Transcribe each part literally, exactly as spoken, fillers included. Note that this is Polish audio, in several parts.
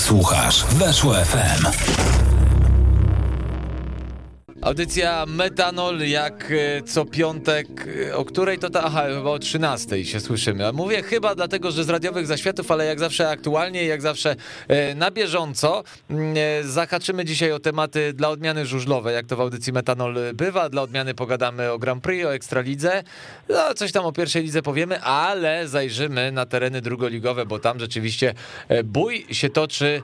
Słuchasz Weszło F M. Audycja Metanol jak co piątek, o której to ta, aha, chyba o trzynastej się słyszymy. A mówię chyba dlatego, że z radiowych zaświatów, ale jak zawsze aktualnie, jak zawsze na bieżąco. Zahaczymy dzisiaj o tematy dla odmiany żużlowe, jak to w audycji Metanol bywa. Dla odmiany pogadamy o Grand Prix, o Ekstralidze, no, coś tam o pierwszej lidze powiemy, ale zajrzymy na tereny drugoligowe, bo tam rzeczywiście bój się toczy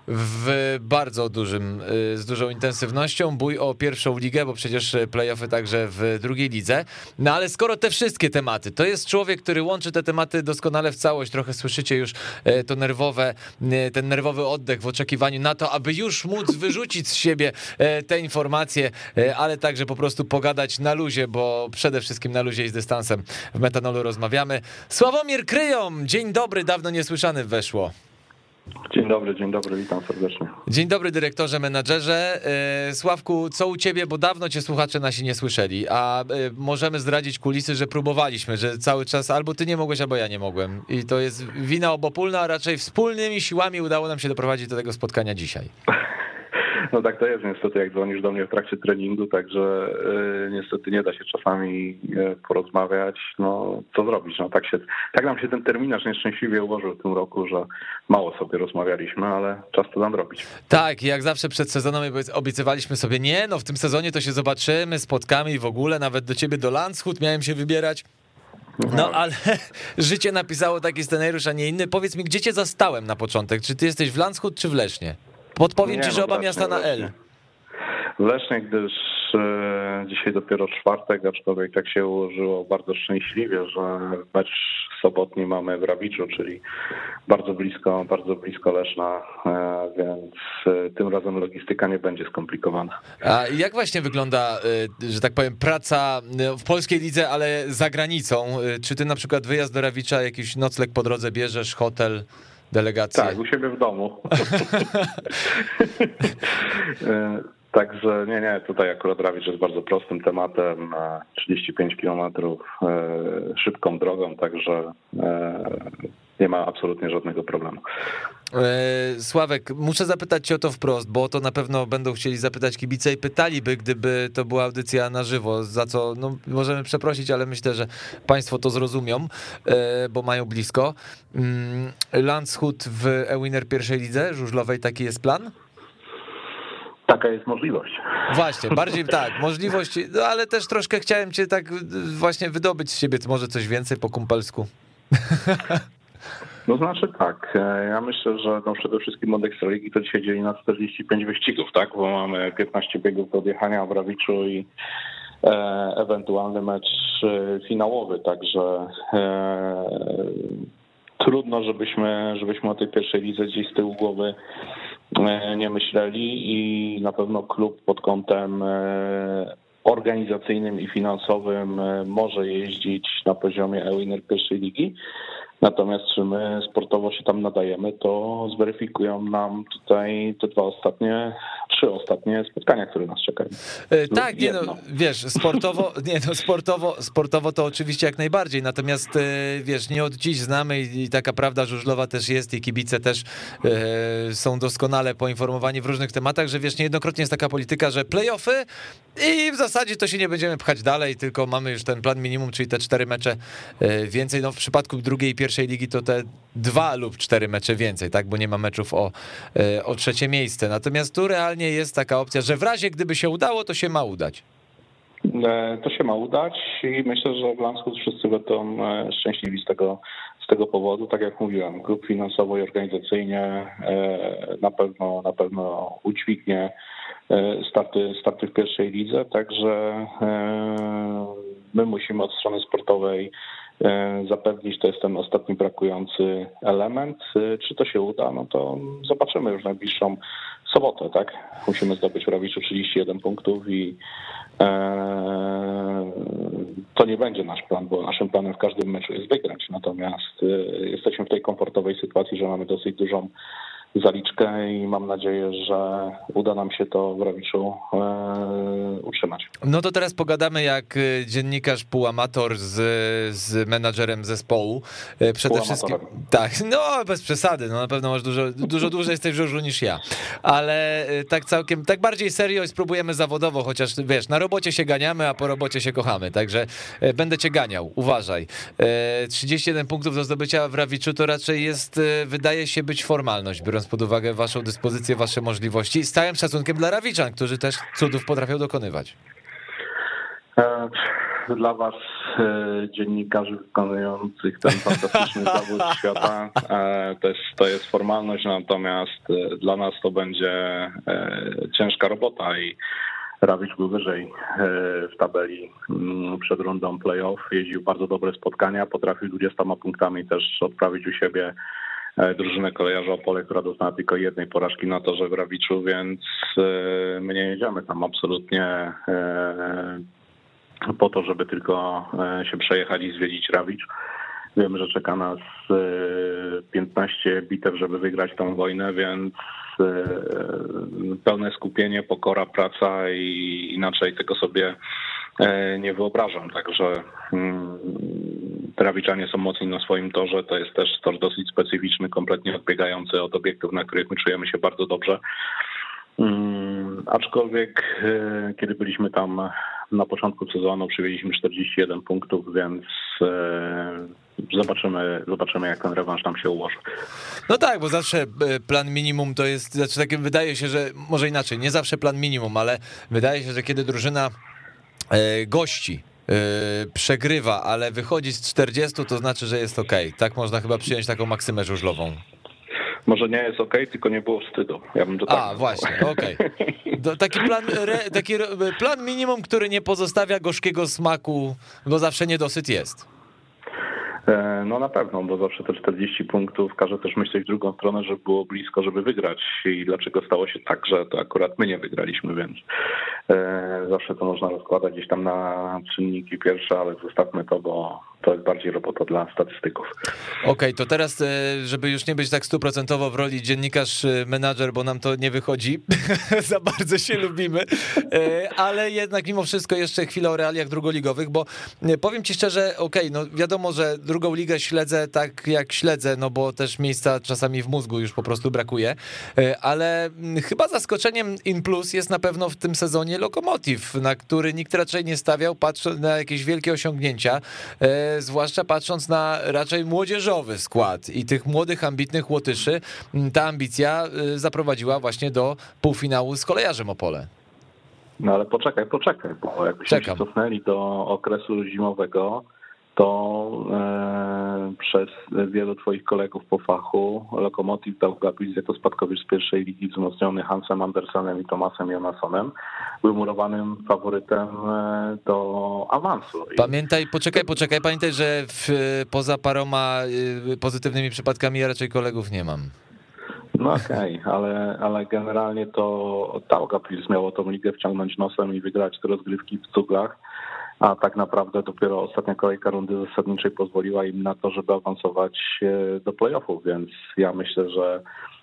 w bardzo dużym, z dużą intensywnością, bój o pierwszą ligę, bo przecież play-offy także w drugiej lidze. No ale skoro te wszystkie tematy, to jest człowiek, który łączy te tematy doskonale w całość, trochę słyszycie już to nerwowe, ten nerwowy oddech w oczekiwaniu na to, aby już móc wyrzucić z siebie te informacje, ale także po prostu pogadać na luzie, bo przede wszystkim na luzie i z dystansem w Metanolu rozmawiamy. Sławomir Kryjom, dzień dobry, dawno niesłyszany Weszło. Dzień dobry, dzień dobry, witam serdecznie. Dzień dobry, dyrektorze, menadżerze. Sławku, co u ciebie, bo dawno cię słuchacze nasi nie słyszeli, a możemy zdradzić kulisy, że próbowaliśmy, że cały czas albo ty nie mogłeś, albo ja nie mogłem. I to jest wina obopólna, a raczej wspólnymi siłami udało nam się doprowadzić do tego spotkania dzisiaj. No tak to jest niestety, jak dzwonisz do mnie w trakcie treningu, także yy, niestety nie da się czasami yy, porozmawiać. No co zrobić, no tak się, tak nam się ten terminarz nieszczęśliwie ułożył w tym roku, że mało sobie rozmawialiśmy, ale czas to nadrobić. Tak, jak zawsze przed sezonem obiecywaliśmy sobie, nie, no w tym sezonie to się zobaczymy, spotkamy i w ogóle, nawet do ciebie do Landshut miałem się wybierać. No ale życie napisało taki scenariusz, a nie inny. Powiedz mi, gdzie cię zastałem na początek? Czy ty jesteś w Landshut, czy w Lesznie? Podpowiem nie, ci, no, że oba Lesznie, miasta na L. Lesznie. W Lesznie, gdyż e, dzisiaj dopiero czwartek, aczkolwiek tak się ułożyło bardzo szczęśliwie, że mecz sobotni mamy w Rawiczu, czyli bardzo blisko, bardzo blisko Leszna, e, więc e, tym razem logistyka nie będzie skomplikowana. A jak właśnie wygląda, że tak powiem, praca w polskiej lidze, ale za granicą? Czy ty na przykład wyjazd do Rawicza, jakiś nocleg po drodze bierzesz, hotel, delegację? Tak, u siebie w domu. Także nie, nie, tutaj akurat Rawicz jest bardzo prostym tematem, trzydzieści pięć kilometrów szybką drogą, także nie ma absolutnie żadnego problemu. Sławek, muszę zapytać cię o to wprost, bo to na pewno będą chcieli zapytać kibice i pytaliby, gdyby to była audycja na żywo, za co no, możemy przeprosić, ale myślę, że państwo to zrozumią, bo mają blisko. Landshut w E-Winner pierwszej lidze żużlowej, taki jest plan? Taka jest możliwość. Właśnie, bardziej tak, możliwość, no ale też troszkę chciałem cię tak właśnie wydobyć z siebie, może coś więcej po kumpelsku. No znaczy tak, ja myślę, że no przede wszystkim od Ekstraligi to dzisiaj dzieli na czterdzieści pięć wyścigów, tak, bo mamy piętnaście biegów do odjechania w Rawiczu i e, ewentualny mecz finałowy, także e, trudno, żebyśmy, żebyśmy o tej pierwszej lidze gdzieś z tyłu głowy nie myśleli i na pewno klub pod kątem organizacyjnym i finansowym może jeździć na poziomie E-Winner pierwszej ligi. Natomiast czy my sportowo się tam nadajemy, to zweryfikują nam tutaj te dwa ostatnie, trzy ostatnie spotkania, które nas czekają. No, tak, nie no, wiesz, sportowo, nie no, sportowo, sportowo to oczywiście jak najbardziej, natomiast wiesz, nie od dziś znamy i, i taka prawda żużlowa też jest i kibice też e, są doskonale poinformowani w różnych tematach, że wiesz, niejednokrotnie jest taka polityka, że play-offy i w zasadzie to się nie będziemy pchać dalej, tylko mamy już ten plan minimum, czyli te cztery mecze więcej, no w przypadku drugiej i pierwszej ligi to te dwa lub cztery mecze więcej, tak, bo nie ma meczów o, o trzecie miejsce. Natomiast tu realnie jest taka opcja, że w razie gdyby się udało, to się ma udać. To się ma udać i myślę, że w Landshut wszyscy będą szczęśliwi z tego, z tego powodu. Tak jak mówiłem, klub finansowo i organizacyjnie na pewno, na pewno udźwignie starty, starty w pierwszej lidze, także my musimy od strony sportowej zapewnić, to jest ten ostatni brakujący element. Czy to się uda, no to zobaczymy już najbliższą sobotę, tak? Musimy zdobyć w Rawiczu trzydzieści jeden punktów i to nie będzie nasz plan, bo naszym planem w każdym meczu jest wygrać. Natomiast jesteśmy w tej komfortowej sytuacji, że mamy dosyć dużą zaliczkę i mam nadzieję, że uda nam się to w Rawiczu e, utrzymać. No to teraz pogadamy jak dziennikarz półamator z, z menadżerem zespołu. Przede wszystkim tak, no bez przesady, no na pewno masz dużo, dużo dłużej jesteś w żużlu niż ja, ale tak całkiem, tak bardziej serio i spróbujemy zawodowo, chociaż wiesz, na robocie się ganiamy, a po robocie się kochamy, także będę cię ganiał, uważaj. trzydzieści jeden punktów do zdobycia w Rawiczu to raczej jest, wydaje się być formalność, biorąc pod uwagę waszą dyspozycję, wasze możliwości, z całym szacunkiem dla Rawiczan, którzy też cudów potrafią dokonywać. Dla was, dziennikarzy wykonujących ten fantastyczny zawód świata, to jest, to jest formalność, natomiast dla nas to będzie ciężka robota i Rawicz był wyżej w tabeli przed rundą play-off, jeździł bardzo dobre spotkania, potrafił dwudziestoma punktami też odprawić u siebie drużynę Kolejarza Opole, która doznała tylko jednej porażki na torze w Rawiczu, więc my nie jedziemy tam absolutnie po to, żeby tylko się przejechać i zwiedzić Rawicz. Wiemy, że czeka nas piętnaście bitew, żeby wygrać tę wojnę, więc pełne skupienie, pokora, praca i inaczej tego sobie nie wyobrażam. Także Rawiczanie są mocni na swoim torze. To jest też tor dosyć specyficzny, kompletnie odbiegający od obiektów, na których my czujemy się bardzo dobrze. Aczkolwiek kiedy byliśmy tam na początku sezonu, przywieźliśmy czterdzieści jeden punktów, więc zobaczymy, zobaczymy jak ten rewanż nam się ułoży. No tak, bo zawsze plan minimum to jest, znaczy takim wydaje się, że może inaczej, nie zawsze plan minimum, ale wydaje się, że kiedy drużyna gości przegrywa, ale wychodzi z czterdziestu, to znaczy, że jest okej. Tak można chyba przyjąć taką maksymę żużlową. Może nie jest okej, tylko nie było wstydu. Ja bym to tak A, właśnie, okej. Okay. Taki plan, taki plan minimum, który nie pozostawia gorzkiego smaku, bo zawsze niedosyt jest. No na pewno, bo zawsze te czterdzieści punktów każe też myśleć w drugą stronę, żeby było blisko, żeby wygrać i dlaczego stało się tak, że to akurat my nie wygraliśmy, więc zawsze to można rozkładać gdzieś tam na czynniki pierwsze, ale zostawmy to, bo to jest bardziej robota dla statystyków. Okej, okay, to teraz, żeby już nie być tak stuprocentowo w roli dziennikarz, menadżer, bo nam to nie wychodzi, za bardzo się lubimy, ale jednak mimo wszystko jeszcze chwilę o realiach drugoligowych, bo powiem ci szczerze, okej, okay, no wiadomo, że drugą ligę śledzę tak jak śledzę, no bo też miejsca czasami w mózgu już po prostu brakuje, ale chyba zaskoczeniem in plus jest na pewno w tym sezonie Lokomotiv, na który nikt raczej nie stawiał, patrząc na jakieś wielkie osiągnięcia, zwłaszcza patrząc na raczej młodzieżowy skład i tych młodych, ambitnych Łotyszy, ta ambicja zaprowadziła właśnie do półfinału z Kolejarzem Opole. No ale poczekaj, poczekaj, bo jakbyśmy Czekam. się cofnęli do okresu zimowego, to e, przez wielu twoich kolegów po fachu Lokomotiv Daugavpils jako spadkobierz z pierwszej ligi wzmocniony Hansem Andersenem i Tomasem Jonassonem był murowanym faworytem do awansu. Pamiętaj, poczekaj, poczekaj, pamiętaj, że w, poza paroma pozytywnymi przypadkami ja raczej kolegów nie mam. No okej, okay, ale, ale generalnie to Daugavpils miało tą ligę wciągnąć nosem i wygrać te rozgrywki w cuglach, a tak naprawdę dopiero ostatnia kolejka rundy zasadniczej pozwoliła im na to, żeby awansować do play-offów, więc ja myślę, że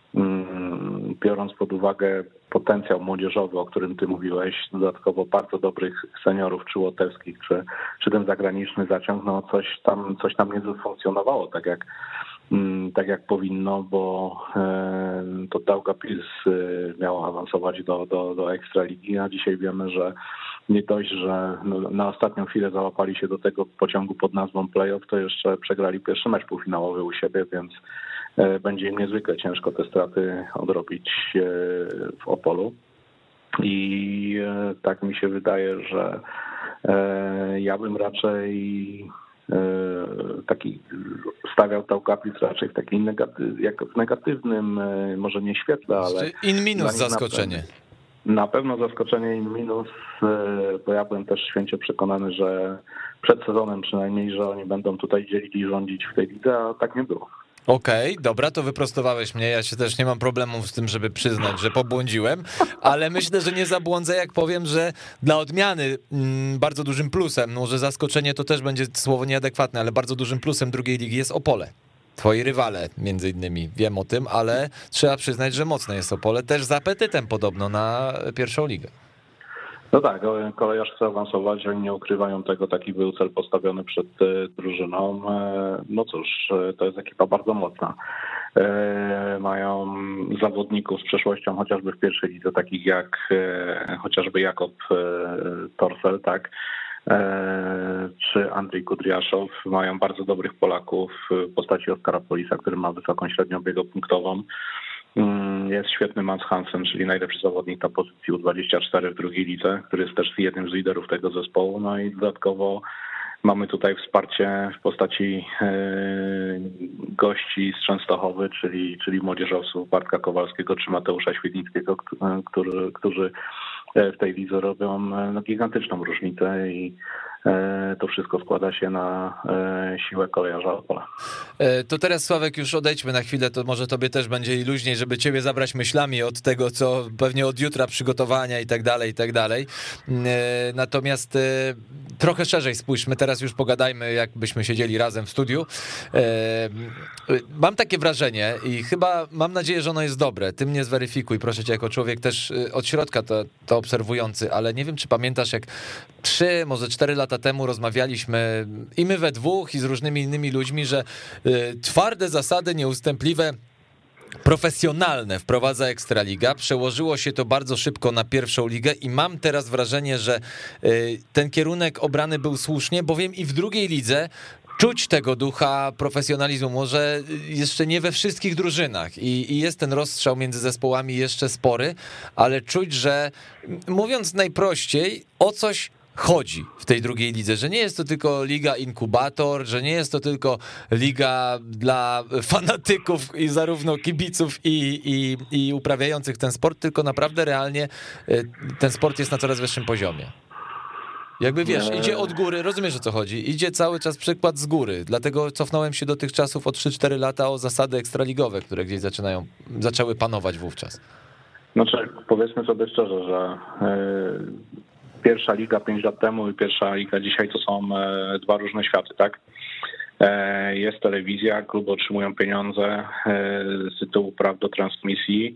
mm, biorąc pod uwagę potencjał młodzieżowy, o którym ty mówiłeś, dodatkowo bardzo dobrych seniorów, czy łoterskich, czy, czy ten zagraniczny zaciąg, no coś tam, coś tam nie zafunkcjonowało tak jak tak jak powinno, bo to Daugavpils miało awansować do, do, do Ekstraligi, a dzisiaj wiemy, że nie dość, że na ostatnią chwilę załapali się do tego pociągu pod nazwą playoff, to jeszcze przegrali pierwszy mecz półfinałowy u siebie, więc będzie im niezwykle ciężko te straty odrobić w Opolu. I tak mi się wydaje, że ja bym raczej taki stawiał Daugavpils raczej w takim negatyw, jak w negatywnym, może nie świetle, ale... In minus zaskoczenie. Na pewno zaskoczenie in minus, bo ja byłem też święcie przekonany, że przed sezonem przynajmniej, że oni będą tutaj dzielić i rządzić w tej lidze, a tak nie było. Okej, okay, dobra, to wyprostowałeś mnie, ja się też nie mam problemów z tym, żeby przyznać, że pobłądziłem, ale myślę, że nie zabłądzę, jak powiem, że dla odmiany mm, bardzo dużym plusem, może zaskoczenie to też będzie słowo nieadekwatne, ale bardzo dużym plusem drugiej ligi jest Opole. twoi rywale między innymi, wiem o tym, ale trzeba przyznać, że mocne jest Opole, też z apetytem podobno na pierwszą ligę. No tak, Kolejarz chce awansować, oni nie ukrywają tego, taki był cel postawiony przed drużyną. No cóż, to jest ekipa bardzo mocna. Mają zawodników z przeszłością chociażby w pierwszej lidze, takich jak chociażby Jakob Torsel, tak, czy Andrzej Kudriaszow. Mają bardzo dobrych Polaków w postaci Oskara Polisa, który ma wysoką średnią biegopunktową. Jest świetny Mats Hansen, czyli najlepszy zawodnik na pozycji U dwadzieścia cztery w drugiej lidze, który jest też jednym z liderów tego zespołu. No i dodatkowo mamy tutaj wsparcie w postaci gości z Częstochowy, czyli, czyli młodzieżowców Bartka Kowalskiego czy Mateusza Świetlickiego, którzy, którzy w tej lidze robią no, gigantyczną różnicę i to wszystko składa się na siłę Kolejarza Opola. To teraz, Sławek, już odejdźmy na chwilę, to może tobie też będzie i luźniej, żeby ciebie zabrać myślami od tego, co pewnie od jutra przygotowania i tak dalej, i tak dalej. Natomiast trochę szerzej spójrzmy, teraz już pogadajmy, jakbyśmy siedzieli razem w studiu. Mam takie wrażenie i chyba mam nadzieję, że ono jest dobre. Ty mnie zweryfikuj, proszę cię, jako człowiek też od środka to, to obserwujący, ale nie wiem, czy pamiętasz, jak trzy, może cztery lata temu rozmawialiśmy i my we dwóch i z różnymi innymi ludźmi, że twarde zasady, nieustępliwe, profesjonalne wprowadza Ekstraliga. Przełożyło się to bardzo szybko na pierwszą ligę i mam teraz wrażenie, że ten kierunek obrany był słusznie, bowiem i w drugiej lidze czuć tego ducha profesjonalizmu, może jeszcze nie we wszystkich drużynach i, i jest ten rozstrzał między zespołami jeszcze spory, ale czuć, że mówiąc najprościej, o coś chodzi w tej drugiej lidze, że nie jest to tylko liga inkubator, że nie jest to tylko liga dla fanatyków i zarówno kibiców i, i, i uprawiających ten sport, tylko naprawdę realnie ten sport jest na coraz wyższym poziomie. Jakby wiesz, idzie od góry, rozumiesz, o co chodzi, idzie cały czas przykład z góry, dlatego cofnąłem się do tych czasów o trzy cztery lata o zasady ekstraligowe, które gdzieś zaczynają, zaczęły panować wówczas. Znaczy, powiedzmy sobie szczerze, że yy... Pierwsza liga pięć lat temu i pierwsza liga dzisiaj to są dwa różne światy, tak? Jest telewizja, kluby otrzymują pieniądze z tytułu praw do transmisji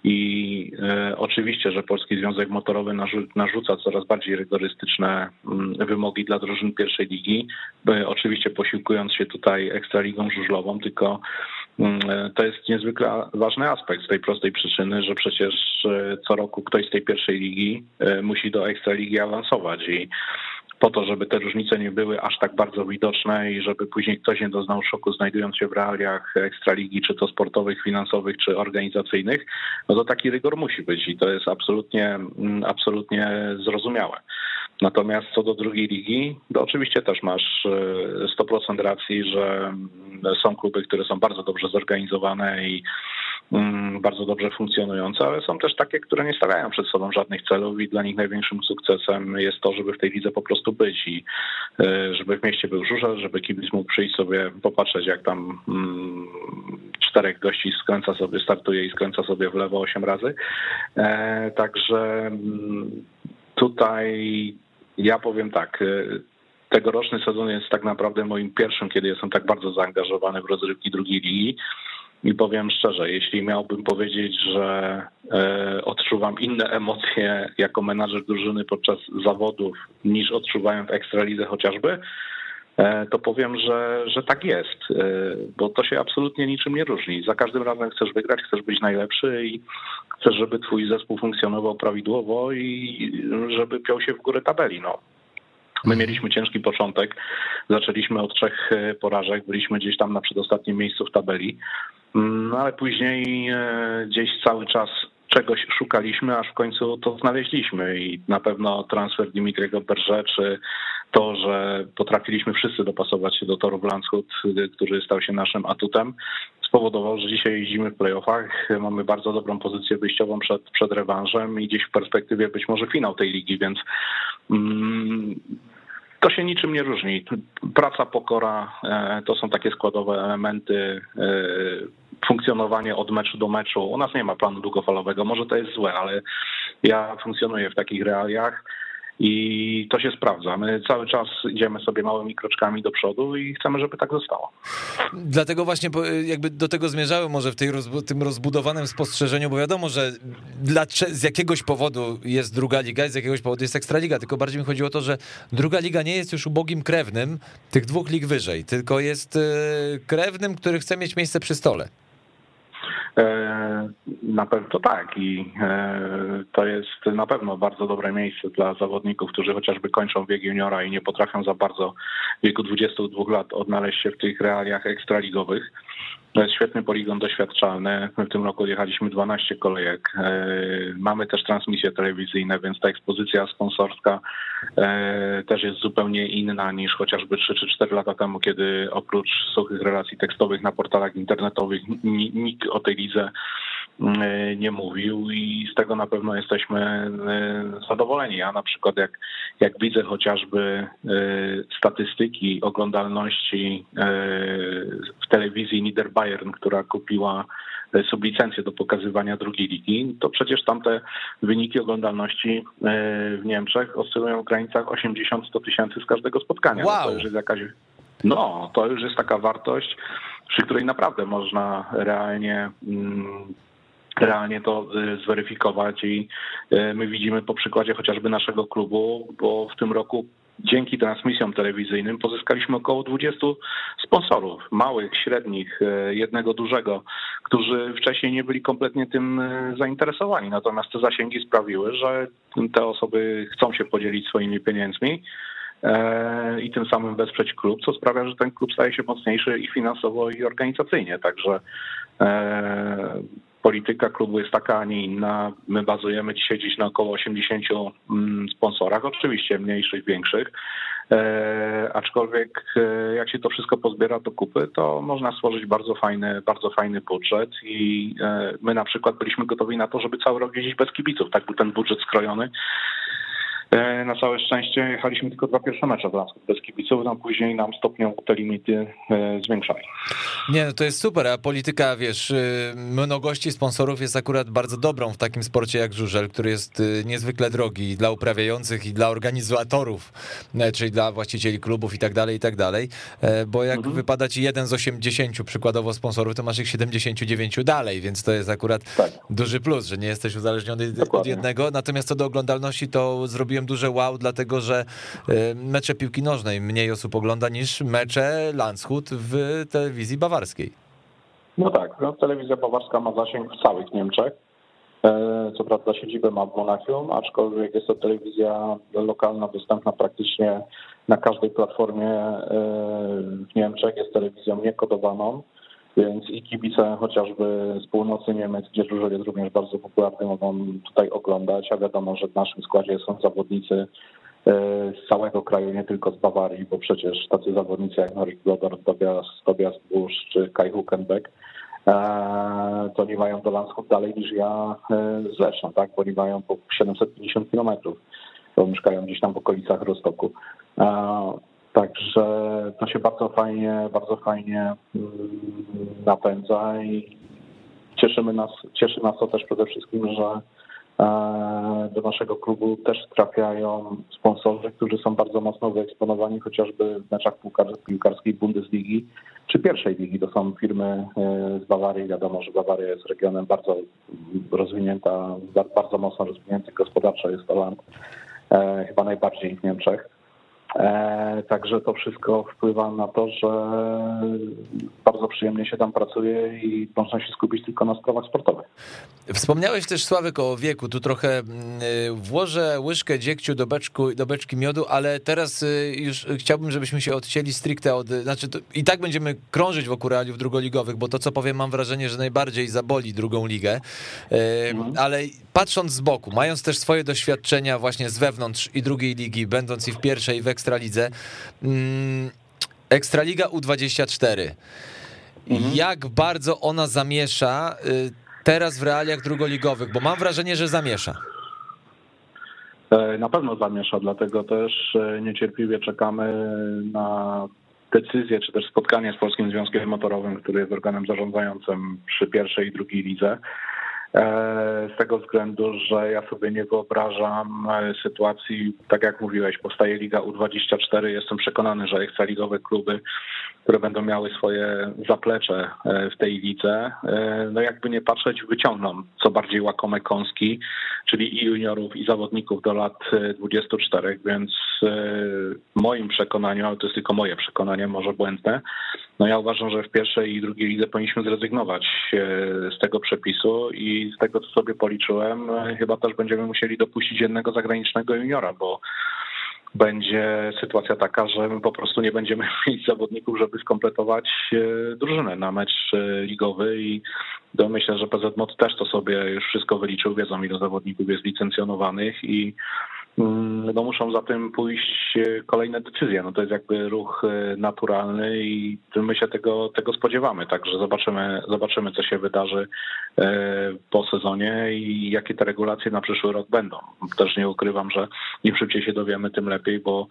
i oczywiście, że Polski Związek Motorowy narzuca coraz bardziej rygorystyczne wymogi dla drużyn pierwszej ligi, oczywiście posiłkując się tutaj ekstraligą żużlową, tylko to jest niezwykle ważny aspekt z tej prostej przyczyny, że przecież co roku ktoś z tej pierwszej ligi musi do ekstraligi awansować i po to, żeby te różnice nie były aż tak bardzo widoczne i żeby później ktoś nie doznał szoku znajdując się w realiach ekstraligi, czy to sportowych, finansowych, czy organizacyjnych, no to taki rygor musi być i to jest absolutnie, absolutnie zrozumiałe. Natomiast co do drugiej ligi, to oczywiście też masz sto procent racji, że są kluby, które są bardzo dobrze zorganizowane i bardzo dobrze funkcjonujące, ale są też takie, które nie stawiają przed sobą żadnych celów i dla nich największym sukcesem jest to, żeby w tej lidze po prostu być i żeby w mieście był żużel, żeby kibic mógł przyjść sobie, popatrzeć jak tam czterech gości skręca sobie, startuje i skręca sobie w lewo osiem razy. Także tutaj ja powiem tak, tegoroczny sezon jest tak naprawdę moim pierwszym, kiedy jestem tak bardzo zaangażowany w rozrywki drugiej ligi. I powiem szczerze, jeśli miałbym powiedzieć, że e, odczuwam inne emocje jako menadżer drużyny podczas zawodów niż odczuwałem w Ekstralidze chociażby, e, to powiem, że, że tak jest, e, bo to się absolutnie niczym nie różni. Za każdym razem chcesz wygrać, chcesz być najlepszy i chcesz, żeby twój zespół funkcjonował prawidłowo i żeby piął się w górę tabeli. No. My mieliśmy ciężki początek, zaczęliśmy od trzech porażek, byliśmy gdzieś tam na przedostatnim miejscu w tabeli, no ale później gdzieś cały czas czegoś szukaliśmy, aż w końcu to znaleźliśmy i na pewno transfer Dimitriego Berger, czy to, że potrafiliśmy wszyscy dopasować się do toru w Landshut, który stał się naszym atutem, spowodował, że dzisiaj jeździmy w playoffach, mamy bardzo dobrą pozycję wyjściową przed, przed rewanżem i gdzieś w perspektywie być może finał tej ligi, więc mm, to się niczym nie różni. Praca, pokora to są takie składowe elementy, funkcjonowanie od meczu do meczu. U nas nie ma planu długofalowego, może to jest złe, ale ja funkcjonuję w takich realiach i to się sprawdza. My cały czas idziemy sobie małymi kroczkami do przodu i chcemy, żeby tak zostało. Dlatego właśnie jakby do tego zmierzałem może w tej rozbu- tym rozbudowanym spostrzeżeniu, bo wiadomo, że dla, z jakiegoś powodu jest druga liga i z jakiegoś powodu jest Ekstraliga, tylko bardziej mi chodzi o to, że druga liga nie jest już ubogim krewnym tych dwóch lig wyżej, tylko jest krewnym, który chce mieć miejsce przy stole. Na pewno tak i to jest na pewno bardzo dobre miejsce dla zawodników, którzy chociażby kończą wiek juniora i nie potrafią za bardzo w wieku dwudziestu dwóch lat odnaleźć się w tych realiach ekstraligowych. To jest świetny poligon doświadczalny. My w tym roku odjechaliśmy dwanaście kolejek. Mamy też transmisje telewizyjne, więc ta ekspozycja sponsorska też jest zupełnie inna niż chociażby trzy czy cztery lata temu, kiedy oprócz suchych relacji tekstowych na portalach internetowych nikt o tej lidze nie mówił i z tego na pewno jesteśmy zadowoleni. Ja na przykład jak, jak widzę chociażby statystyki oglądalności w telewizji Niederbayern, która kupiła sublicencję do pokazywania drugiej ligi, to przecież tamte wyniki oglądalności w Niemczech oscylują w granicach osiemdziesiąt do stu tysięcy z każdego spotkania. Wow. No to już jest jakaś, no, to już jest taka wartość, przy której naprawdę można realnie realnie to zweryfikować i my widzimy po przykładzie chociażby naszego klubu, bo w tym roku dzięki transmisjom telewizyjnym pozyskaliśmy około dwudziestu sponsorów, małych, średnich, jednego dużego, którzy wcześniej nie byli kompletnie tym zainteresowani. Natomiast te zasięgi sprawiły, że te osoby chcą się podzielić swoimi pieniędzmi i tym samym wesprzeć klub, co sprawia, że ten klub staje się mocniejszy i finansowo, i organizacyjnie. Także polityka klubu jest taka, a nie inna. My bazujemy dzisiaj gdzieś na około osiemdziesięciu sponsorach, oczywiście mniejszych, większych, e, aczkolwiek e, jak się to wszystko pozbiera do kupy, to można stworzyć bardzo fajny, bardzo fajny budżet i e, my na przykład byliśmy gotowi na to, żeby cały rok jeździć bez kibiców. Tak był ten budżet skrojony. Na całe szczęście jechaliśmy tylko dwa pierwsze mecze w Lansku bez kibiców, no później nam stopniowo te limity zwiększali. Nie, no to jest super, a polityka, wiesz, mnogości sponsorów jest akurat bardzo dobrą w takim sporcie jak żużel, który jest niezwykle drogi dla uprawiających i dla organizatorów, czyli dla właścicieli klubów i tak dalej, i tak dalej, bo jak mhm. wypada ci jeden z osiemdziesięciu przykładowo sponsorów, to masz ich siedemdziesięciu dziewięciu dalej, więc to jest akurat tak. duży plus, że nie jesteś uzależniony Dokładnie. od jednego, natomiast co do oglądalności, to zrobiłem duże wow, dlatego że mecze piłki nożnej mniej osób ogląda niż mecze Landshut w telewizji bawarskiej. No tak, no, telewizja bawarska ma zasięg w całych Niemczech. Co prawda siedzibę ma w Monachium, aczkolwiek jest to telewizja lokalna, dostępna praktycznie na każdej platformie w Niemczech. Jest telewizją niekodowaną, więc i kibice chociażby z północy Niemiec, gdzie żużel jest również bardzo popularny, mogą tutaj oglądać, a wiadomo, że w naszym składzie są zawodnicy z całego kraju, nie tylko z Bawarii, bo przecież tacy zawodnicy jak Norris Glodor, Tobias, Tobias Busch czy Kai Huckenbeck, to nie mają do Landshut dalej niż ja z Leszna, tak? Bo oni mają po siedemset pięćdziesiąt kilometrów, bo mieszkają gdzieś tam w okolicach Rostoku. Także to się bardzo fajnie, bardzo fajnie napędza i cieszymy nas, cieszy nas to też przede wszystkim, że do naszego klubu też trafiają sponsorzy, którzy są bardzo mocno wyeksponowani chociażby w meczach piłkarskiej Bundesligi czy pierwszej ligi. To są firmy z Bawarii. Wiadomo, że Bawaria jest regionem bardzo rozwinięta, bardzo mocno rozwinięty gospodarczo jest to land, chyba najbardziej w Niemczech. Także to wszystko wpływa na to, że bardzo przyjemnie się tam pracuje i można się skupić tylko na sprawach sportowych. Wspomniałeś też, Sławek, o wieku. Tu trochę włożę łyżkę dziegciu do, beczku, do beczki miodu, ale teraz już chciałbym, żebyśmy się odcięli stricte od... Znaczy, i tak będziemy krążyć wokół realiów drugoligowych, bo to, co powiem, mam wrażenie, że najbardziej zaboli drugą ligę. Mhm. Ale patrząc z boku, mając też swoje doświadczenia właśnie z wewnątrz i drugiej ligi, będąc i w pierwszej, i w Ekstralidze, Ekstraliga U dwadzieścia cztery. Mhm. Jak bardzo ona zamiesza teraz w realiach drugoligowych? Bo mam wrażenie, że zamiesza. Na pewno zamiesza, dlatego też niecierpliwie czekamy na decyzję, czy też spotkanie z Polskim Związkiem Motorowym, który jest organem zarządzającym przy pierwszej i drugiej lidze. z tego względu, że ja sobie nie wyobrażam sytuacji, tak jak mówiłeś, powstaje Liga U dwadzieścia cztery, jestem przekonany, że ekstraligowe kluby, które będą miały swoje zaplecze w tej lidze, no jakby nie patrzeć, wyciągną co bardziej łakome kąski, czyli i juniorów, i zawodników do lat dwudziestu czterech, więc w moim przekonaniu, ale to jest tylko moje przekonanie, może błędne, no ja uważam, że w pierwszej i drugiej lidze powinniśmy zrezygnować z tego przepisu i z tego, co sobie policzyłem, chyba też będziemy musieli dopuścić jednego zagranicznego juniora, bo będzie sytuacja taka, że my po prostu nie będziemy mieć zawodników, żeby skompletować drużynę na mecz ligowy i to myślę, że P Z M O T też to sobie już wszystko wyliczył, wiedzą ile zawodników jest licencjonowanych i no muszą za tym pójść kolejne decyzje. No to jest jakby ruch naturalny i my się tego, tego spodziewamy. Także zobaczymy, zobaczymy, co się wydarzy po sezonie i jakie te regulacje na przyszły rok będą. Też nie ukrywam, że im szybciej się dowiemy, tym lepiej, bo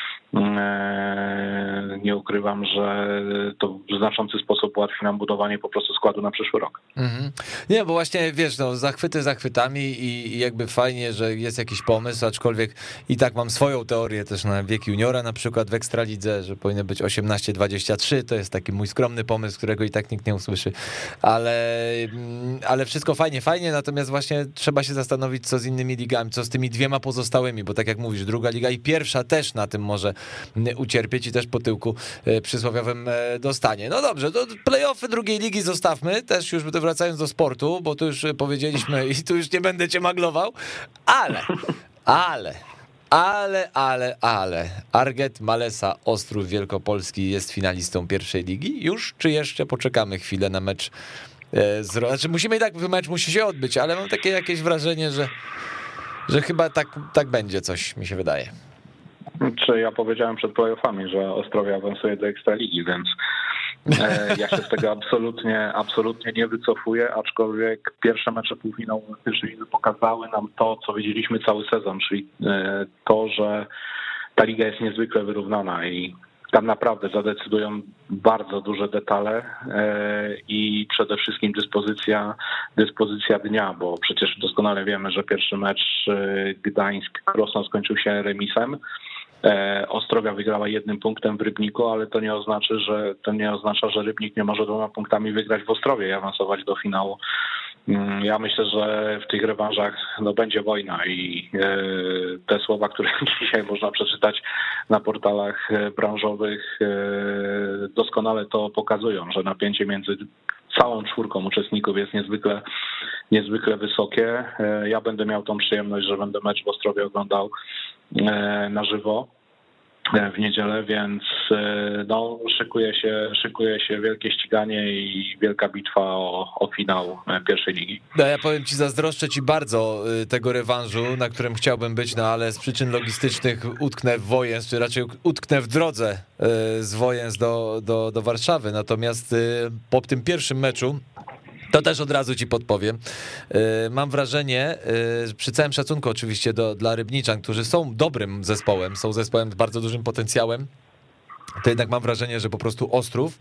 nie ukrywam, że to w znaczący sposób ułatwi nam budowanie po prostu składu na przyszły rok. Mhm. Nie, bo właśnie wiesz, no zachwyty zachwytami i, i jakby fajnie, że jest jakiś pomysł, aczkolwiek i tak mam swoją teorię też na wiek juniora, na przykład w Ekstralidze, że powinno być osiemnaście dwadzieścia trzy, to jest taki mój skromny pomysł, którego i tak nikt nie usłyszy, ale, ale wszystko fajnie, fajnie, natomiast właśnie trzeba się zastanowić, co z innymi ligami, co z tymi dwiema pozostałymi, bo tak jak mówisz, druga liga i pierwsza też na tym może ucierpieć i też po tyłku przysłowiowym dostanie. No dobrze, to play-offy drugiej ligi zostawmy, też już wracając do sportu, bo tu już powiedzieliśmy i tu już nie będę cię maglował, ale, ale, ale, ale, ale, Arget Malesa Ostrów Wielkopolski jest finalistą pierwszej ligi już, czy jeszcze poczekamy chwilę na mecz? Znaczy musimy i tak, mecz musi się odbyć, ale mam takie jakieś wrażenie, że, że chyba tak, tak będzie coś, mi się wydaje. Czy ja powiedziałem przed playoffami, że Ostrowia awansuje do Ekstraligi, więc ja się z tego absolutnie, absolutnie nie wycofuję, aczkolwiek pierwsze mecze półfinałowe pierwszej ligi pokazały nam to, co wiedzieliśmy cały sezon, czyli to, że ta liga jest niezwykle wyrównana i tam naprawdę zadecydują bardzo duże detale i przede wszystkim dyspozycja, dyspozycja dnia, bo przecież doskonale wiemy, że pierwszy mecz Gdańsk-Krosno skończył się remisem. Ostrowia wygrała jednym punktem w Rybniku, ale to nie oznacza, że to nie oznacza, że Rybnik nie może dwoma punktami wygrać w Ostrowie i awansować do finału. Ja myślę, że w tych rewanżach no, będzie wojna i te słowa, które dzisiaj można przeczytać na portalach branżowych, doskonale to pokazują, że napięcie między całą czwórką uczestników jest niezwykle, niezwykle wysokie. Ja będę miał tą przyjemność, że będę mecz w Ostrowie oglądał na żywo w niedzielę, więc no, szykuje się, szykuje się wielkie ściganie i wielka bitwa o, o finał pierwszej ligi. No, ja powiem ci, zazdroszczę ci bardzo tego rewanżu, na którym chciałbym być, no ale z przyczyn logistycznych utknę w Wojens, czy raczej utknę w drodze z Wojens do, do, do Warszawy, natomiast po tym pierwszym meczu to też od razu ci podpowiem. Mam wrażenie, przy całym szacunku oczywiście do, dla Rybniczan, którzy są dobrym zespołem, są zespołem z bardzo dużym potencjałem, to jednak mam wrażenie, że po prostu Ostrów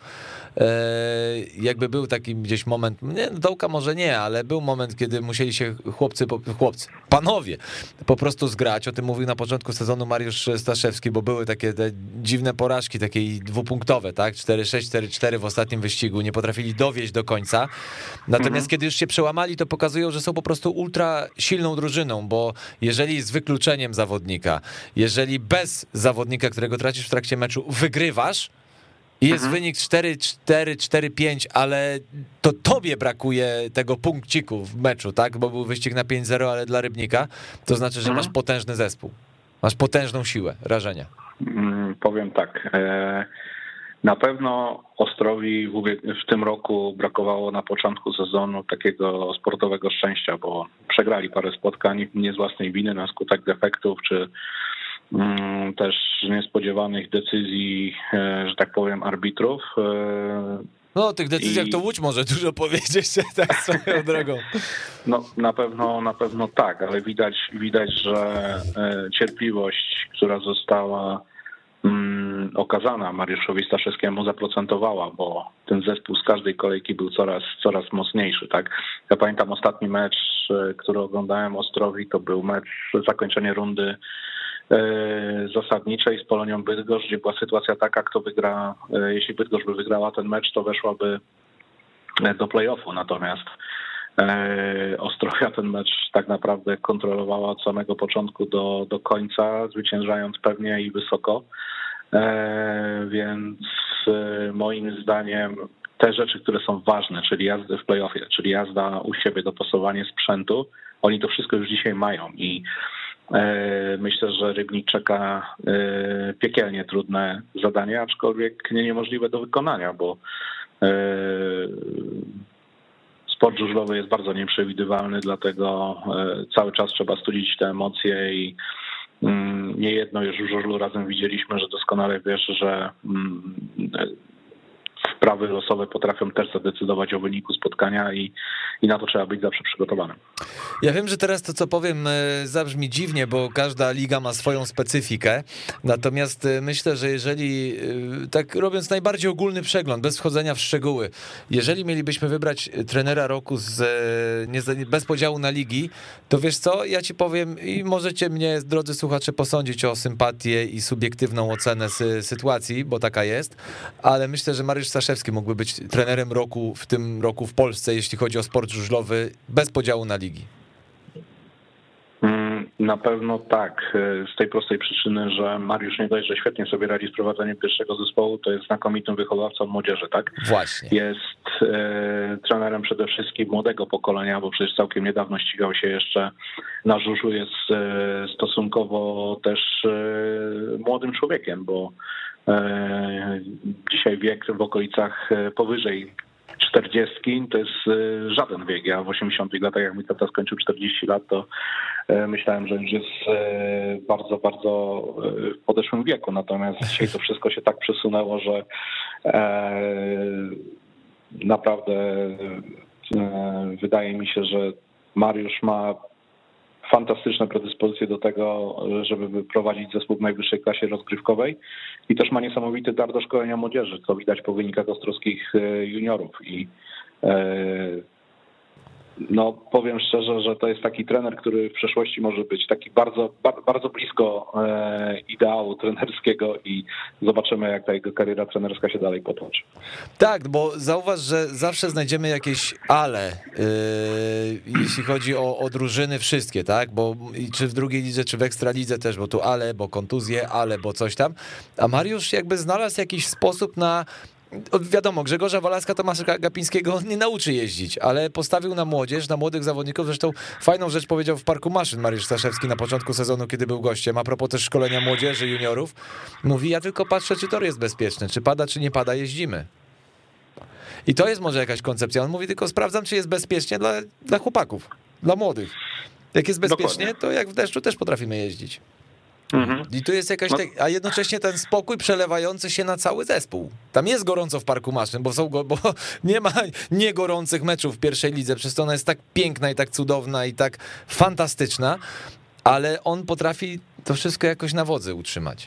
jakby był taki gdzieś moment, nie, dołka może nie, ale był moment, kiedy musieli się chłopcy, chłopcy, panowie po prostu zgrać. O tym mówił na początku sezonu Mariusz Staszewski, bo były takie te dziwne porażki, takie dwupunktowe, tak? cztery sześć, cztery cztery w ostatnim wyścigu, nie potrafili dowieść do końca. Natomiast mhm. kiedy już się przełamali, to pokazują, że są po prostu ultra silną drużyną, bo jeżeli z wykluczeniem zawodnika, jeżeli bez zawodnika, którego tracisz w trakcie meczu, wygrywasz, i jest mhm. wynik cztery cztery, cztery pięć, ale to tobie brakuje tego punkciku w meczu, tak? Bo był wyścig na pięć zero, ale dla Rybnika, to znaczy, że mhm. masz potężny zespół. Masz potężną siłę rażenia. Hmm, powiem tak. Na pewno Ostrowi w, w tym roku brakowało na początku sezonu takiego sportowego szczęścia, bo przegrali parę spotkań nie z własnej winy na skutek defektów, czy też niespodziewanych decyzji, że tak powiem, arbitrów. No o tych decyzjach I... to Łódź może dużo powiedzieć, tak swoją drogą. No na pewno, na pewno tak, ale widać, widać, że cierpliwość, która została okazana Mariuszowi Staszewskiemu zaprocentowała, bo ten zespół z każdej kolejki był coraz, coraz mocniejszy, tak? Ja pamiętam ostatni mecz, który oglądałem Ostrowi, to był mecz, zakończenie rundy zasadniczej z Polonią Bydgoszcz, gdzie była sytuacja taka, kto wygra, jeśli Bydgoszcz by wygrała ten mecz, to weszłaby do play-offu, natomiast Ostrowia ten mecz tak naprawdę kontrolowała od samego początku do, do końca, zwyciężając pewnie i wysoko, więc moim zdaniem te rzeczy, które są ważne, czyli jazdy w play-offie, czyli jazda u siebie, dopasowanie sprzętu, oni to wszystko już dzisiaj mają i myślę, że Rybnik czeka piekielnie trudne zadanie, aczkolwiek nie niemożliwe do wykonania, bo sport żużlowy jest bardzo nieprzewidywalny, dlatego cały czas trzeba studzić te emocje i niejedno już w żużlu razem widzieliśmy, że doskonale wiesz, że wprawy losowe potrafią też zadecydować o wyniku spotkania i, i na to trzeba być zawsze przygotowanym. Ja wiem, że teraz to, co powiem, zabrzmi dziwnie, bo każda liga ma swoją specyfikę, natomiast myślę, że jeżeli, tak robiąc najbardziej ogólny przegląd, bez wchodzenia w szczegóły, jeżeli mielibyśmy wybrać trenera roku z, nie, bez podziału na ligi, to wiesz co, ja ci powiem i możecie mnie, drodzy słuchacze, posądzić o sympatię i subiektywną ocenę sy, sytuacji, bo taka jest, ale myślę, że Mariusz Staszewski mógłby być trenerem roku w tym roku w Polsce, jeśli chodzi o sport żużlowy, bez podziału na ligi. Na pewno tak, z tej prostej przyczyny, że Mariusz nie dość, że świetnie sobie radzi z prowadzeniem pierwszego zespołu, to jest znakomitym wychowawcą młodzieży, tak? Właśnie. Jest e, trenerem przede wszystkim młodego pokolenia, bo przecież całkiem niedawno ścigał się jeszcze na żużlu, jest e, stosunkowo też e, młodym człowiekiem, bo e, dzisiaj wiek w okolicach powyżej czterdziestki to jest żaden wiek. Ja w osiemdziesiątych latach, jak mój tata skończył czterdzieści lat, to myślałem, że już jest bardzo, bardzo w podeszłym wieku. Natomiast dzisiaj to wszystko się tak przesunęło, że naprawdę wydaje mi się, że Mariusz ma fantastyczne predyspozycje do tego, żeby prowadzić zespół w najwyższej klasie rozgrywkowej i też ma niesamowity dar do szkolenia młodzieży, co widać po wynikach ostrowskich juniorów i no powiem szczerze, że to jest taki trener, który w przeszłości może być taki bardzo, bardzo blisko ideału trenerskiego i zobaczymy, jak ta jego kariera trenerska się dalej potoczy. Tak, bo zauważ, że zawsze znajdziemy jakieś ale, yy, jeśli chodzi o, o drużyny wszystkie, tak, bo czy w drugiej lidze, czy w ekstralidze też, bo tu ale, bo kontuzje, ale, bo coś tam, a Mariusz jakby znalazł jakiś sposób na wiadomo, Grzegorza Walaska, Tomasza Gapińskiego nie nauczy jeździć, ale postawił na młodzież, na młodych zawodników. Zresztą fajną rzecz powiedział w Parku Maszyn Mariusz Staszewski na początku sezonu, kiedy był gościem, a propos też szkolenia młodzieży, juniorów. Mówi, ja tylko patrzę, czy tor jest bezpieczny, czy pada, czy nie pada, jeździmy. I to jest może jakaś koncepcja. On mówi, tylko sprawdzam, czy jest bezpiecznie dla, dla chłopaków, dla młodych. Jak jest bezpiecznie, Dokładnie. To jak w deszczu też potrafimy jeździć. Mhm. I tu jest jakaś, te... a jednocześnie ten spokój przelewający się na cały zespół. Tam jest gorąco w Parku Maszyn, bo, są go... bo nie ma niegorących meczów w pierwszej lidze, przez to ona jest tak piękna i tak cudowna i tak fantastyczna, ale on potrafi to wszystko jakoś na wodzy utrzymać.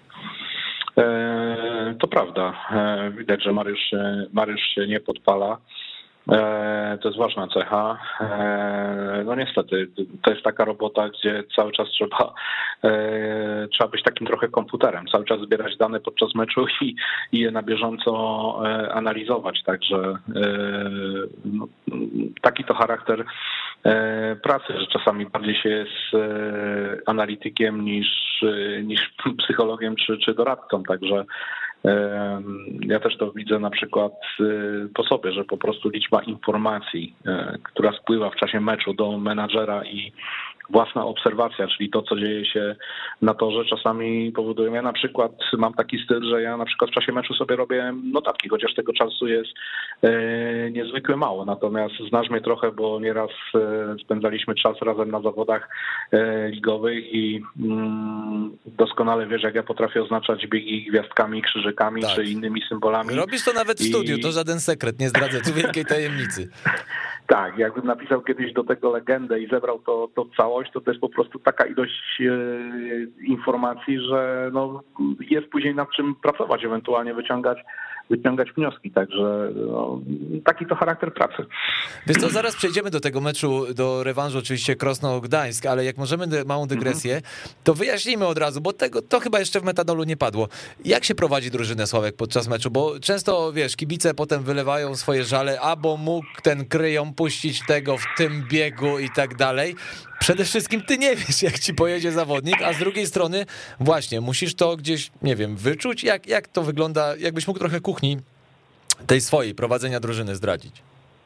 E, to prawda. E, widać, że Mariusz, Mariusz się nie podpala. To jest ważna cecha. No niestety, to jest taka robota, gdzie cały czas trzeba, trzeba być takim trochę komputerem, cały czas zbierać dane podczas meczu i, i je na bieżąco analizować. Także no, taki to charakter pracy, że czasami bardziej się jest analitykiem niż, niż psychologiem czy, czy doradcą. Także ja też to widzę na przykład po sobie, że po prostu liczba informacji, która spływa w czasie meczu do menadżera i własna obserwacja, czyli to, co dzieje się na torze, czasami powoduje, ja na przykład mam taki styl, że ja na przykład w czasie meczu sobie robię notatki, chociaż tego czasu jest niezwykle mało, natomiast znasz mnie trochę, bo nieraz spędzaliśmy czas razem na zawodach ligowych i doskonale wiesz, jak ja potrafię oznaczać biegi gwiazdkami, krzyżykami tak. czy innymi symbolami. Robisz to nawet w I... studiu, to żaden sekret, nie zdradzę tu wielkiej tajemnicy. Tak, jakbym napisał kiedyś do tego legendę i zebrał to, to w całość, to to jest po prostu taka ilość e, informacji, że no, jest później nad czym pracować, ewentualnie wyciągać, wyciągać wnioski, także no, taki to charakter pracy. Wiesz co, zaraz przejdziemy do tego meczu, do rewanżu oczywiście Krosno-Gdańsk, ale jak możemy małą dygresję, to wyjaśnijmy od razu, bo tego to chyba jeszcze w Metanolu nie padło. Jak się prowadzi drużynę, Sławek, podczas meczu? Bo często, wiesz, kibice potem wylewają swoje żale, albo mógł ten kryją puścić tego w tym biegu i tak dalej. Przede wszystkim ty nie wiesz, jak ci pojedzie zawodnik, a z drugiej strony właśnie musisz to gdzieś, nie wiem, wyczuć, jak, jak to wygląda, jakbyś mógł trochę kuchni tej swojej, prowadzenia drużyny zdradzić.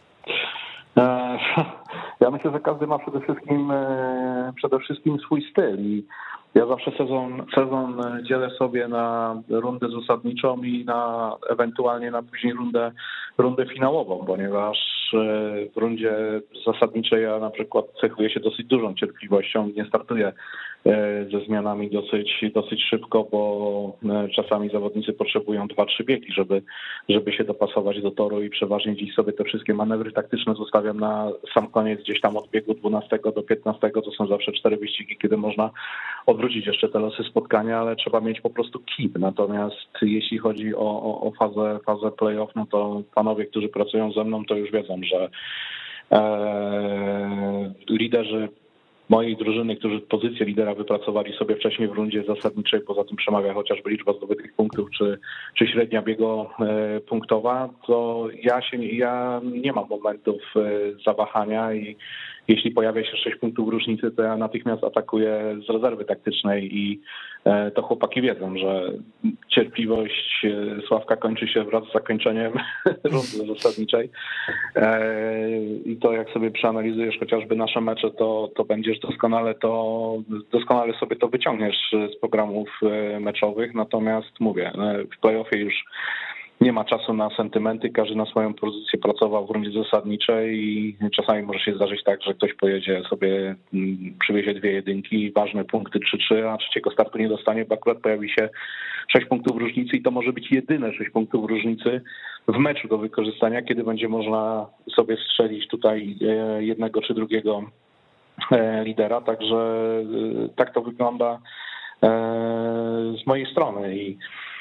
Ja myślę, że każdy ma przede wszystkim przede wszystkim swój styl i ja zawsze sezon, sezon dzielę sobie na rundę zasadniczą i na ewentualnie na później rundę, rundę finałową, ponieważ w rundzie zasadniczej ja na przykład cechuję się dosyć dużą cierpliwością i nie startuję ze zmianami dosyć, dosyć szybko, bo czasami zawodnicy potrzebują dwa trzy biegi, żeby, żeby się dopasować do toru i przeważnie dziś sobie te wszystkie manewry taktyczne zostawiam na sam koniec, gdzieś tam od biegu dwunastego do piętnastego, to są zawsze cztery wyścigi, kiedy można odwrócić jeszcze te losy spotkania, ale trzeba mieć po prostu kip. Natomiast jeśli chodzi o, o, o fazę, fazę play-off, no to panowie, którzy pracują ze mną, to już wiedzą, że e, liderzy mojej drużyny, którzy pozycję lidera wypracowali sobie wcześniej w rundzie zasadniczej, poza tym przemawia chociażby liczba zdobytych punktów, czy, czy średnia biego punktowa, to ja się ja nie mam momentów zawahania i jeśli pojawia się sześć punktów różnicy, to ja natychmiast atakuję z rezerwy taktycznej i to chłopaki wiedzą, że cierpliwość Sławka kończy się wraz z zakończeniem rundy zasadniczej i to jak sobie przeanalizujesz chociażby nasze mecze, to, to będziesz doskonale to doskonale sobie to wyciągniesz z programów meczowych, natomiast mówię, w play-offie już nie ma czasu na sentymenty, każdy na swoją pozycję pracował w rundzie zasadniczej i czasami może się zdarzyć tak, że ktoś pojedzie sobie, przywiezie dwie jedynki, ważne punkty trzy trzy, a trzeciego startu nie dostanie, bo akurat pojawi się sześć punktów różnicy i to może być jedyne sześć punktów różnicy w meczu do wykorzystania, kiedy będzie można sobie strzelić tutaj jednego czy drugiego lidera, także tak to wygląda z mojej strony i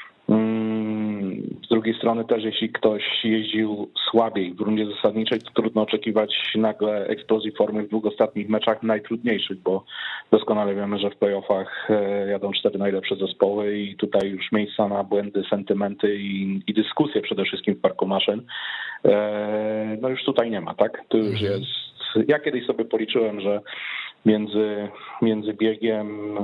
z drugiej strony też, jeśli ktoś jeździł słabiej w rundzie zasadniczej, to trudno oczekiwać nagle eksplozji formy w dwóch ostatnich meczach najtrudniejszych, bo doskonale wiemy, że w playoffach jadą cztery najlepsze zespoły i tutaj już miejsca na błędy, sentymenty i, i dyskusje przede wszystkim w parku maszyn, no już tutaj nie ma, tak? Tu już jest. Ja kiedyś sobie policzyłem, że między, między biegiem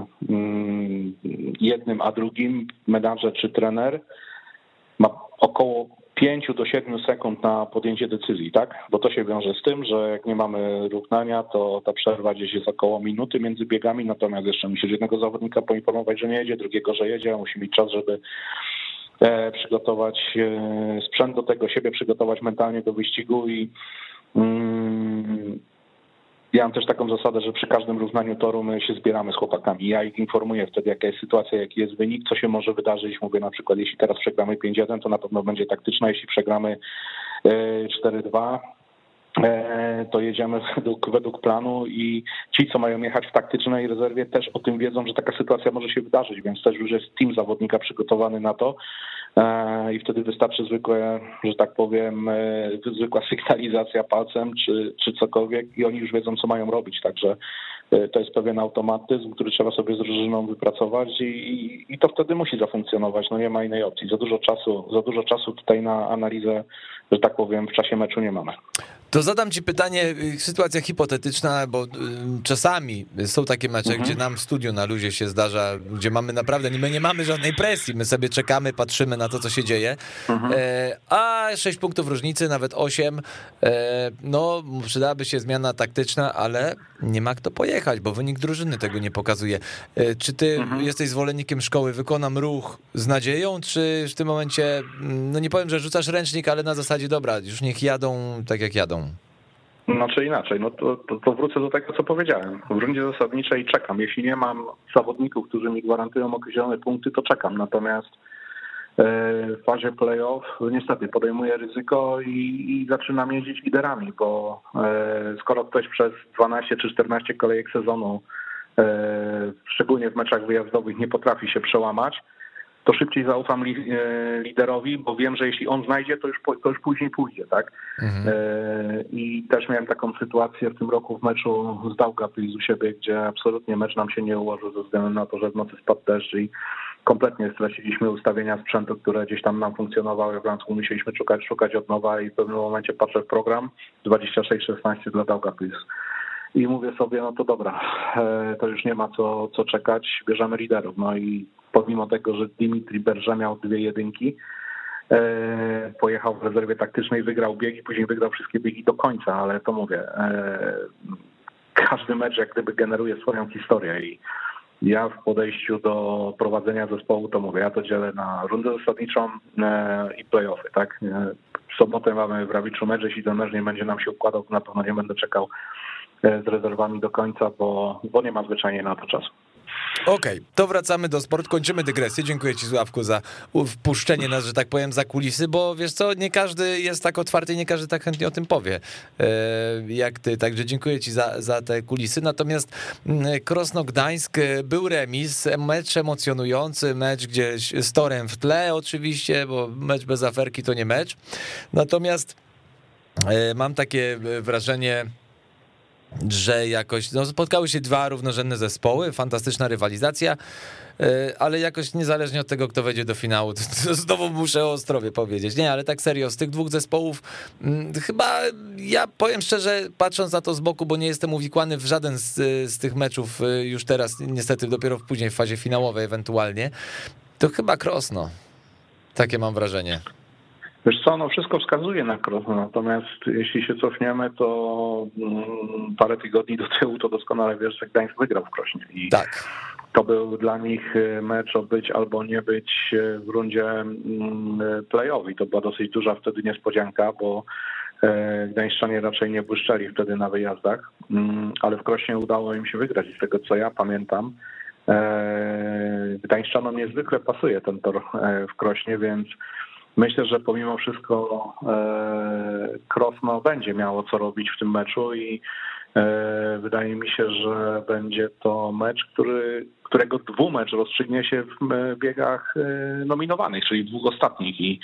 jednym a drugim menadżer czy trener ma około pięć do siedmiu sekund na podjęcie decyzji, tak? Bo to się wiąże z tym, że jak nie mamy równania, to ta przerwa gdzieś jest około minuty między biegami, natomiast jeszcze musisz jednego zawodnika poinformować, że nie jedzie, drugiego, że jedzie, musi mieć czas, żeby przygotować sprzęt do tego, siebie przygotować mentalnie do wyścigu i mm, ja mam też taką zasadę, że przy każdym równaniu toru my się zbieramy z chłopakami. Ja ich informuję wtedy, jaka jest sytuacja, jaki jest wynik, co się może wydarzyć. Mówię na przykład, jeśli teraz przegramy pięć jeden, to na pewno będzie taktyczna. Jeśli przegramy cztery dwa, to jedziemy według, według planu i ci, co mają jechać w taktycznej rezerwie, też o tym wiedzą, że taka sytuacja może się wydarzyć, więc też już jest team zawodnika przygotowany na to i wtedy wystarczy zwykłe, że tak powiem, zwykła sygnalizacja palcem czy, czy cokolwiek i oni już wiedzą, co mają robić, także to jest pewien automatyzm, który trzeba sobie z drużyną wypracować i, i to wtedy musi zafunkcjonować, no nie ma innej opcji. Za dużo czasu, za dużo czasu tutaj na analizę, że tak powiem, w czasie meczu nie mamy. To zadam ci pytanie, sytuacja hipotetyczna, bo czasami są takie mecze, mhm. gdzie nam w studiu na luzie się zdarza, gdzie mamy naprawdę, my nie mamy żadnej presji, my sobie czekamy, patrzymy na to, co się dzieje, mhm. a sześć punktów różnicy, nawet osiem, no przydałaby się zmiana taktyczna, ale nie ma kto pojechać, bo wynik drużyny tego nie pokazuje. Czy ty mhm. jesteś zwolennikiem szkoły, wykonam ruch z nadzieją, czy w tym momencie, no nie powiem, że rzucasz ręcznik, ale na zasadzie, dobra, już niech jadą tak jak jadą? Znaczy inaczej, no to, to, to wrócę do tego, co powiedziałem. W rundzie zasadniczej czekam. Jeśli nie mam zawodników, którzy mi gwarantują określone punkty, to czekam. Natomiast w fazie playoff niestety podejmuje ryzyko i, i zaczynam jeździć liderami, bo skoro ktoś przez dwanaście czy czternaście kolejek sezonu, szczególnie w meczach wyjazdowych, nie potrafi się przełamać, to szybciej zaufam li, liderowi, bo wiem, że jeśli on znajdzie, to już, to już później pójdzie, tak? Mhm. I też miałem taką sytuację w tym roku w meczu z Daugavpils u siebie, gdzie absolutnie mecz nam się nie ułożył ze względu na to, że w nocy spadł deszcz i kompletnie straciliśmy ustawienia sprzętu, które gdzieś tam nam funkcjonowały w Gdańsku. Musieliśmy szukać, szukać od nowa i w pewnym momencie patrzę w program dwadzieścia sześć szesnaście dla Daugavpils. I mówię sobie, no to dobra, to już nie ma co, co czekać, bierzemy liderów. No i pomimo tego, że Dimitri Berger miał dwie jedynki, pojechał w rezerwie taktycznej, wygrał biegi, później wygrał wszystkie biegi do końca, ale to mówię, każdy mecz jak gdyby generuje swoją historię i ja w podejściu do prowadzenia zespołu to mówię, ja to dzielę na rundę zasadniczą i play-offy, tak? W sobotę mamy w Rawiczu mecz, jeśli ten mecz nie będzie nam się układał, to na pewno nie będę czekał z rezerwami do końca, bo, bo nie ma zwyczajnie na to czasu. Okej, okay, to wracamy do sportu, kończymy dygresję. Dziękuję ci, Sławku, za wpuszczenie nas, że tak powiem, za kulisy, bo wiesz co, nie każdy jest tak otwarty i nie każdy tak chętnie o tym powie, jak ty, także dziękuję ci za, za te kulisy. Natomiast Krosno Gdańsk był remis, mecz emocjonujący, mecz gdzieś z torem w tle oczywiście, bo mecz bez aferki to nie mecz. Natomiast mam takie wrażenie, że jakoś no, spotkały się dwa równorzędne zespoły, fantastyczna rywalizacja, ale jakoś niezależnie od tego, kto wejdzie do finału, to, to znowu muszę o Ostrowie powiedzieć. Nie, ale tak serio, z tych dwóch zespołów chyba, ja powiem szczerze, patrząc na to z boku, bo nie jestem uwikłany w żaden z, z tych meczów już teraz, niestety dopiero później w fazie finałowej ewentualnie, to chyba Krosno. Takie mam wrażenie. Wiesz co, no wszystko wskazuje na Krosno, natomiast jeśli się cofniemy, to parę tygodni do tyłu, to doskonale wiesz, że Gdańsk wygrał w Krośnie. I tak. To był dla nich mecz o być albo nie być w rundzie play-off i to była dosyć duża wtedy niespodzianka, bo Gdańszczanie raczej nie błyszczeli wtedy na wyjazdach, ale w Krośnie udało im się wygrać i z tego co ja pamiętam, Gdańszczanom niezwykle pasuje ten tor w Krośnie, więc myślę, że pomimo wszystko Krosno będzie miało co robić w tym meczu i wydaje mi się, że będzie to mecz, który, którego dwumecz rozstrzygnie się w biegach nominowanych, czyli dwóch ostatnich i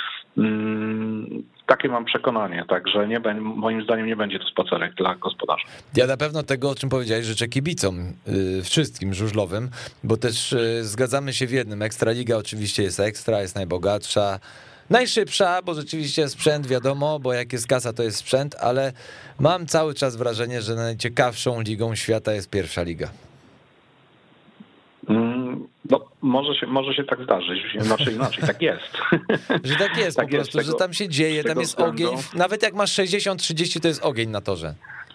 takie mam przekonanie, także nie, moim zdaniem nie będzie to spacerek dla gospodarzy. Ja na pewno tego, o czym powiedziałeś, życzę kibicom, wszystkim żużlowym, bo też zgadzamy się w jednym, Ekstraliga oczywiście jest ekstra, jest najbogatsza, najszybsza, bo rzeczywiście sprzęt wiadomo, bo jak jest kasa, to jest sprzęt, ale mam cały czas wrażenie, że najciekawszą ligą świata jest pierwsza liga. No, może się, może się tak zdarzyć, znaczy inaczej, tak jest. Że tak jest tak po prostu, jest, że tam się dzieje, tam jest względu. Ogień, nawet jak masz sześćdziesiąt trzydzieści, to jest ogień na torze.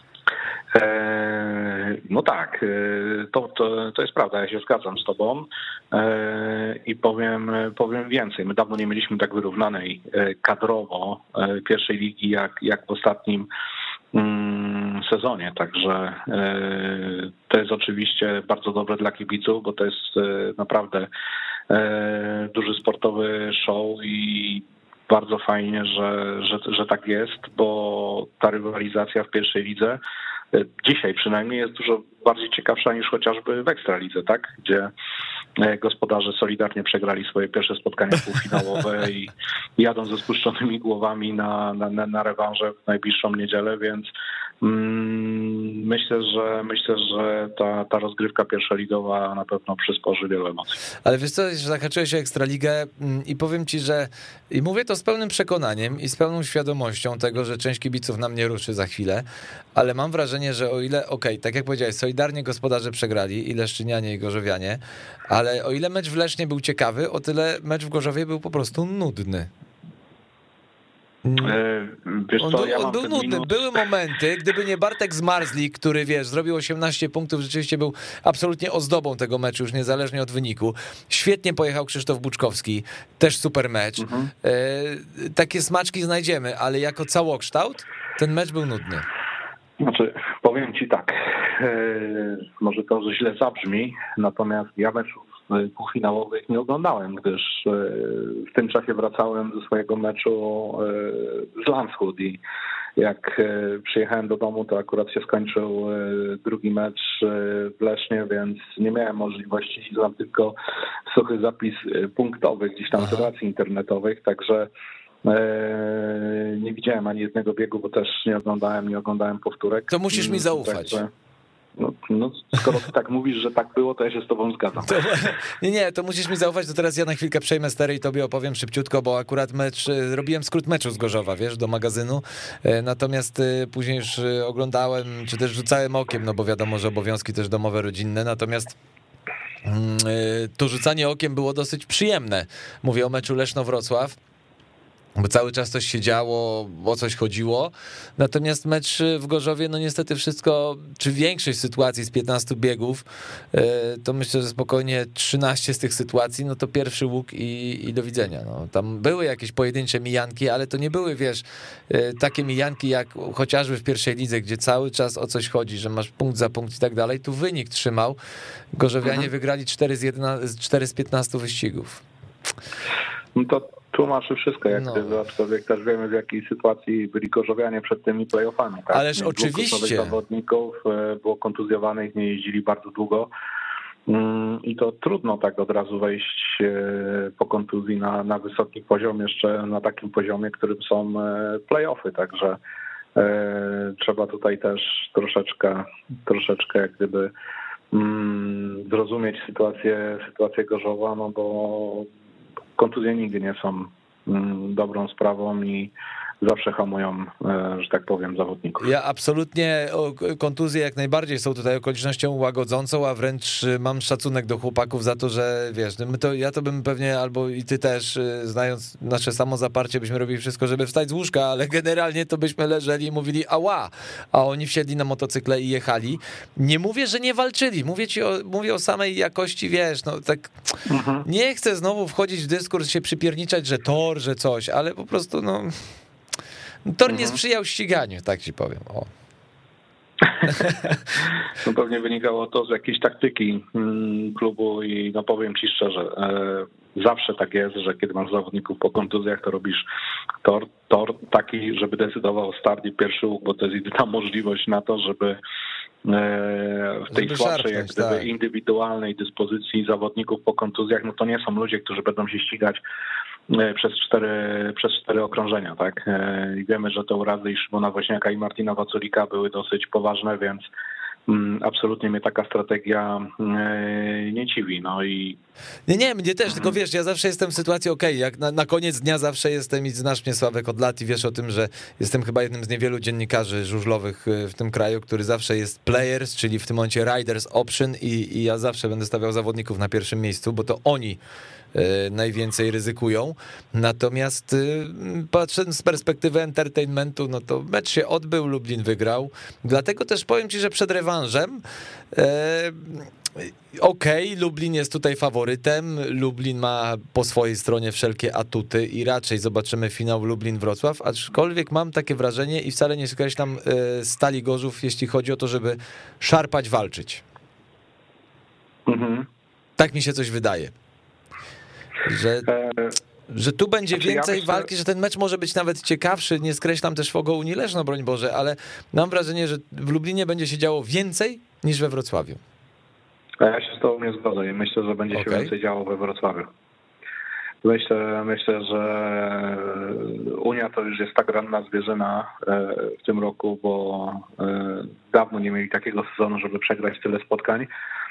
No tak, to, to, to jest prawda, ja się zgadzam z tobą i powiem, powiem więcej. My dawno nie mieliśmy tak wyrównanej kadrowo pierwszej ligi jak, jak w ostatnim sezonie, także to jest oczywiście bardzo dobre dla kibiców, bo to jest naprawdę duży sportowy show i bardzo fajnie, że, że, że tak jest, bo ta rywalizacja w pierwszej lidze dzisiaj przynajmniej jest dużo bardziej ciekawsza niż chociażby w Ekstralidze, tak? Gdzie gospodarze solidarnie przegrali swoje pierwsze spotkania półfinałowe i jadą ze spuszczonymi głowami na, na, na rewanże w najbliższą niedzielę, więc mm, myślę, że myślę, że ta, ta rozgrywka pierwszoligowa na pewno przysporzy wiele emocji. Ale wiesz co, że zahaczyłeś o Ekstraligę i powiem ci, że i mówię to z pełnym przekonaniem i z pełną świadomością tego, że część kibiców na mnie ruszy za chwilę, ale mam wrażenie, że o ile, okej, okay, tak jak powiedziałeś, solidarnie gospodarze przegrali i Leszczynianie i Gorzowianie, ale o ile mecz w Lesznie był ciekawy, o tyle mecz w Gorzowie był po prostu nudny. Wiesz co, on ja on był nudny. minut... Były momenty, gdyby nie Bartek Zmarzlik, który wiesz, zrobił osiemnaście punktów, rzeczywiście był absolutnie ozdobą tego meczu, już niezależnie od wyniku. Świetnie pojechał Krzysztof Buczkowski, też super mecz. Mhm. E, takie smaczki znajdziemy, ale jako całokształt ten mecz był nudny. Znaczy, powiem ci tak, może to źle zabrzmi, natomiast ja meczów półfinałowych nie oglądałem, gdyż w tym czasie wracałem ze swojego meczu z Landshut i jak przyjechałem do domu, to akurat się skończył drugi mecz w Lesznie, więc nie miałem możliwości, znam tylko suchy zapis punktowy gdzieś tam z relacji internetowych, także nie widziałem ani jednego biegu, bo też nie oglądałem, nie oglądałem powtórek. To musisz mi zaufać. Także, no, no, skoro ty tak mówisz, że tak było, to ja się z tobą zgadzam. To, nie, nie, to musisz mi zaufać, to teraz ja na chwilkę przejmę stery i tobie opowiem szybciutko, bo akurat mecz, robiłem skrót meczu z Gorzowa, wiesz, do magazynu, natomiast później już oglądałem, czy też rzucałem okiem, no bo wiadomo, że obowiązki też domowe, rodzinne, natomiast to rzucanie okiem było dosyć przyjemne. Mówię o meczu Leszno-Wrocław, bo cały czas coś się działo, o coś chodziło, natomiast mecz w Gorzowie, no niestety wszystko, czy większość sytuacji z piętnastu biegów, to myślę, że spokojnie trzynaście z tych sytuacji, no to pierwszy łuk i, i do widzenia. No, tam były jakieś pojedyncze mijanki, ale to nie były, wiesz, takie mijanki jak chociażby w pierwszej lidze, gdzie cały czas o coś chodzi, że masz punkt za punkt i tak dalej, tu wynik trzymał. Gorzowianie mhm. wygrali cztery z piętnastu wyścigów. No to tłumaczy wszystko, jak no. gdyby, aczkolwiek też wiemy, w jakiej sytuacji byli Gorzowianie przed tymi play-offami. Tak? Ależ oczywiście. Zawodników było kontuzjowanych, nie jeździli bardzo długo i to trudno tak od razu wejść po kontuzji na, na wysoki poziom, jeszcze na takim poziomie, którym są play-offy, także trzeba tutaj też troszeczkę, troszeczkę jak gdyby zrozumieć sytuację, sytuację Gorzowa, no bo kontuzje nigdy nie są dobrą sprawą i zawsze hamują, że tak powiem, zawodników. Ja absolutnie, kontuzje jak najbardziej są tutaj okolicznością łagodzącą, a wręcz mam szacunek do chłopaków za to, że wiesz, my to, ja to bym pewnie, albo i ty też, znając nasze samozaparcie, byśmy robili wszystko, żeby wstać z łóżka, ale generalnie to byśmy leżeli i mówili ała, a oni wsiedli na motocykle i jechali. Nie mówię, że nie walczyli, mówię ci o, mówię o samej jakości, wiesz, no tak mhm. nie chcę znowu wchodzić w dyskurs, się przypierniczać, że tor, że coś, ale po prostu no... Tor nie sprzyjał ściganiu, tak ci powiem. O. No pewnie wynikało to z jakiejś taktyki klubu i no powiem ci szczerze, zawsze tak jest, że kiedy masz zawodników po kontuzjach, to robisz tor, tor taki, żeby decydował start i pierwszy łuk, bo to jest jedyna możliwość na to, żeby w tej słabszej jak gdyby tak. indywidualnej dyspozycji zawodników po kontuzjach, no to nie są ludzie, którzy będą się ścigać przez cztery, przez cztery okrążenia, tak? I wiemy, że te urazy i Szymona Woźniaka i Martina Waculika były dosyć poważne, więc absolutnie mnie taka strategia nie dziwi, no i... Nie, nie, mnie też, tylko wiesz, ja zawsze jestem w sytuacji okej, okay, jak na, na koniec dnia zawsze jestem i znasz mnie, Sławek, od lat i wiesz o tym, że jestem chyba jednym z niewielu dziennikarzy żużlowych w tym kraju, który zawsze jest players, czyli w tym momencie riders option i, i ja zawsze będę stawiał zawodników na pierwszym miejscu, bo to oni najwięcej ryzykują, natomiast patrząc z perspektywy entertainmentu, no to mecz się odbył, Lublin wygrał, dlatego też powiem ci, że przed rewanżem e, okej, okay, Lublin jest tutaj faworytem, Lublin ma po swojej stronie wszelkie atuty i raczej zobaczymy finał Lublin-Wrocław, aczkolwiek mam takie wrażenie i wcale nie skreślam Stali Gorzów, jeśli chodzi o to, żeby szarpać, walczyć. Mhm. Tak mi się coś wydaje. Że, że tu będzie znaczy, więcej ja myślę... walki, że ten mecz może być nawet ciekawszy, nie skreślam też Fogo Unii Leszno, broń Boże, ale mam wrażenie, że w Lublinie będzie się działo więcej niż we Wrocławiu. Ja się z tobą nie zgodzę i myślę, że będzie okay. się więcej działo we Wrocławiu. Myślę, myślę, że Unia to już jest tak ranna zwierzyna w tym roku, bo dawno nie mieli takiego sezonu, żeby przegrać tyle spotkań,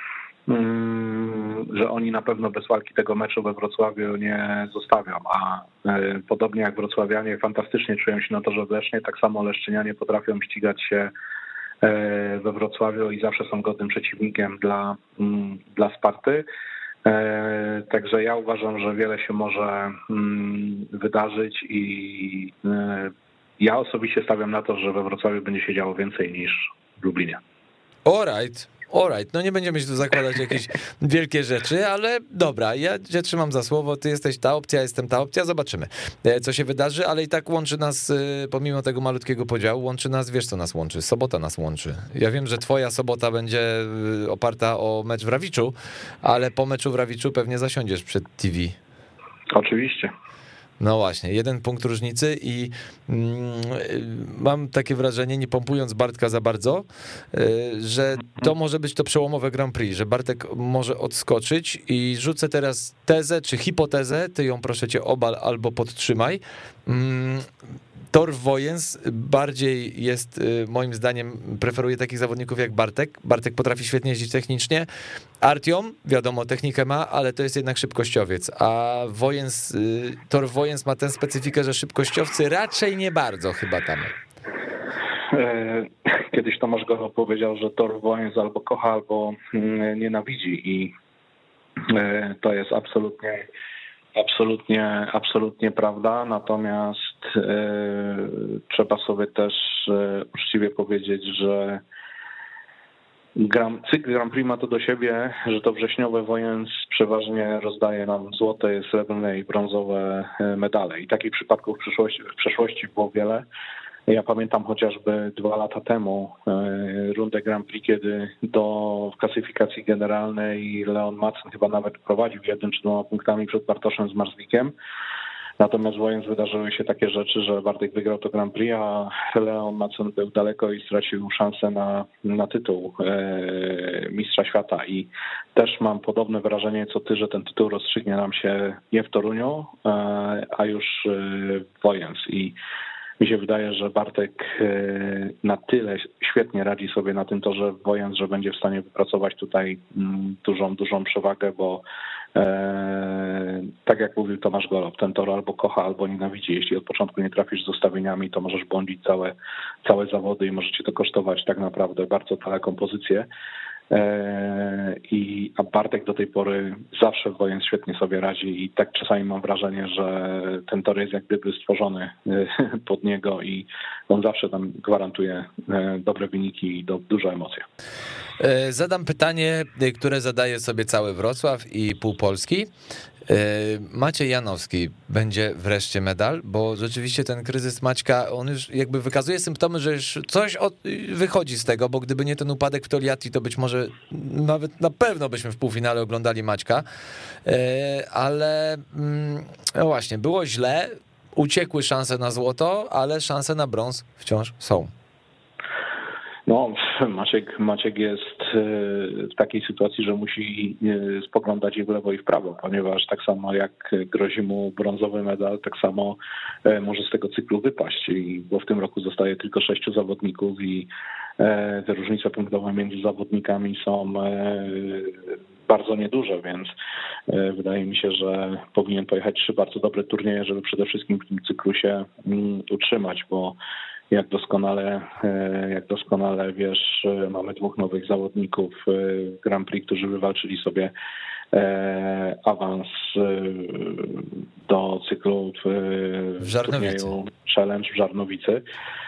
że oni na pewno bez walki tego meczu we Wrocławiu nie zostawią, a podobnie jak wrocławianie fantastycznie czują się na torze w Lesznie, tak samo leszczynianie potrafią ścigać się we Wrocławiu i zawsze są godnym przeciwnikiem dla, dla Sparty. Także ja uważam, że wiele się może wydarzyć i ja osobiście stawiam na to, że we Wrocławiu będzie się działo więcej niż w Lublinie. All right. Alright, no nie będziemy się tu zakładać jakieś wielkie rzeczy, ale dobra, ja cię trzymam za słowo, ty jesteś ta opcja, jestem ta opcja, zobaczymy, co się wydarzy, ale i tak łączy nas, pomimo tego malutkiego podziału, łączy nas, wiesz co nas łączy, sobota nas łączy. Ja wiem, że twoja sobota będzie oparta o mecz w Rawiczu, ale po meczu w Rawiczu pewnie zasiądziesz przed T V. Oczywiście. No właśnie, jeden punkt różnicy i mm, mam takie wrażenie, nie pompując Bartka za bardzo, y, że to może być to przełomowe Grand Prix, że Bartek może odskoczyć i rzucę teraz tezę czy hipotezę, ty ją proszę cię obal albo podtrzymaj. Mm, Tor Wojens bardziej jest, moim zdaniem, preferuje takich zawodników jak Bartek. Bartek potrafi świetnie jeździć technicznie. Artiom, wiadomo, technikę ma, ale to jest jednak szybkościowiec. A Wojens, Tor Wojens ma tę specyfikę, że szybkościowcy raczej nie bardzo chyba tam. Kiedyś Tomasz Golo powiedział, że Tor Wojens albo kocha, albo nienawidzi i to jest absolutnie Absolutnie, absolutnie prawda, natomiast e, trzeba sobie też e, uczciwie powiedzieć, że Grand, cykl Grand Prix ma to do siebie, że to wrześniowe Wojens przeważnie rozdaje nam złote, srebrne i brązowe medale i takich przypadków w przeszłości, w przeszłości było wiele. Ja pamiętam chociażby dwa lata temu rundę Grand Prix, kiedy do w klasyfikacji generalnej Leon Madsen chyba nawet prowadził jednym czy dwoma punktami przed Bartoszem z Marslikiem. Natomiast Wojens wydarzyły się takie rzeczy, że Bartek wygrał to Grand Prix, a Leon Madsen był daleko i stracił szansę na, na tytuł mistrza świata. I też mam podobne wrażenie co ty, że ten tytuł rozstrzygnie nam się nie w Toruniu, a już w Wojens. I mi się wydaje, że Bartek na tyle świetnie radzi sobie na tym torze w Wojens, że będzie w stanie wypracować tutaj dużą, dużą przewagę, bo e, tak jak mówił Tomasz Golob, ten tor albo kocha, albo nienawidzi. Jeśli od początku nie trafisz z ustawieniami, to możesz błądzić całe, całe zawody i może ci to kosztować tak naprawdę bardzo daleką pozycję. I a Bartek do tej pory zawsze w Wojens świetnie sobie radzi i tak czasami mam wrażenie, że ten tor jest jak gdyby stworzony pod niego i on zawsze tam gwarantuje dobre wyniki i do, duże emocje. Zadam pytanie, które zadaje sobie cały Wrocław i pół Polski. Maciej Janowski będzie wreszcie medal, bo rzeczywiście ten kryzys Maćka, on już jakby wykazuje symptomy, że już coś od, wychodzi z tego, bo gdyby nie ten upadek w Toliati, to być może nawet na pewno byśmy w półfinale oglądali Maćka, ale no właśnie, było źle, uciekły szanse na złoto, ale szanse na brąz wciąż są. No, Maciek, Maciek jest w takiej sytuacji, że musi spoglądać i w lewo i w prawo, ponieważ tak samo jak grozi mu brązowy medal, tak samo może z tego cyklu wypaść, i bo w tym roku zostaje tylko sześciu zawodników i te różnice punktowe między zawodnikami są bardzo nieduże, więc wydaje mi się, że powinien pojechać trzy bardzo dobre turnieje, żeby przede wszystkim w tym cyklu się utrzymać, bo Jak doskonale, jak doskonale wiesz, mamy dwóch nowych zawodników w Grand Prix, którzy wywalczyli sobie awans do cyklu w, w turnieju Challenge w Żarnowicy.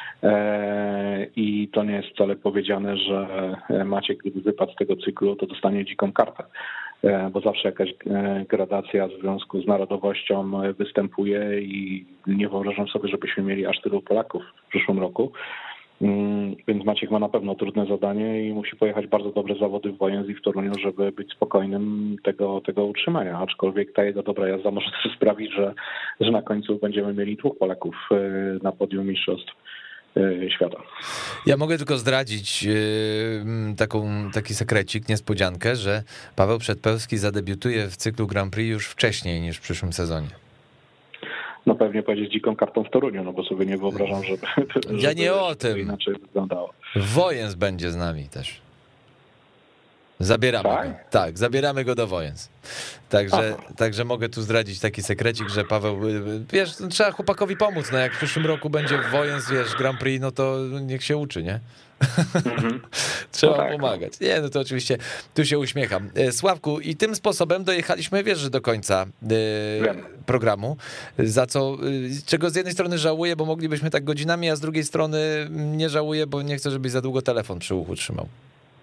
I to nie jest wcale powiedziane, że Maciek, gdyby wypadł z tego cyklu, to dostanie dziką kartę, bo zawsze jakaś gradacja w związku z narodowością występuje i nie wyobrażam sobie, żebyśmy mieli aż tylu Polaków w przyszłym roku. Więc Maciek ma na pewno trudne zadanie i musi pojechać bardzo dobre zawody w Wojens i w Toruniu, żeby być spokojnym tego, tego utrzymania. Aczkolwiek ta jego dobra jazda może też sprawić, że, że na końcu będziemy mieli dwóch Polaków na podium mistrzostw świata. Ja mogę tylko zdradzić taką, taki sekrecik, niespodziankę, że Paweł Przedpełski zadebiutuje w cyklu Grand Prix już wcześniej niż w przyszłym sezonie. No pewnie powiedzieć dziką kartą w Toruniu, no bo sobie nie wyobrażam, żeby, ja żeby nie o tym. inaczej wyglądało. Wojens będzie z nami też. Zabieramy tak? go. Tak, zabieramy go do Wojens. Także, także mogę tu zdradzić taki sekrecik, że Paweł, wiesz, trzeba chłopakowi pomóc, no jak w przyszłym roku będzie w Wojens, wiesz, Grand Prix, no to niech się uczy, nie? Mm-hmm. Trzeba no tak, pomagać. Nie, no to oczywiście tu się uśmiecham. Sławku, i tym sposobem dojechaliśmy, wiesz, że do końca y, programu, za co, y, czego z jednej strony żałuję, bo moglibyśmy tak godzinami, a z drugiej strony nie żałuję, bo nie chcę, żebyś za długo telefon przy uchu trzymał.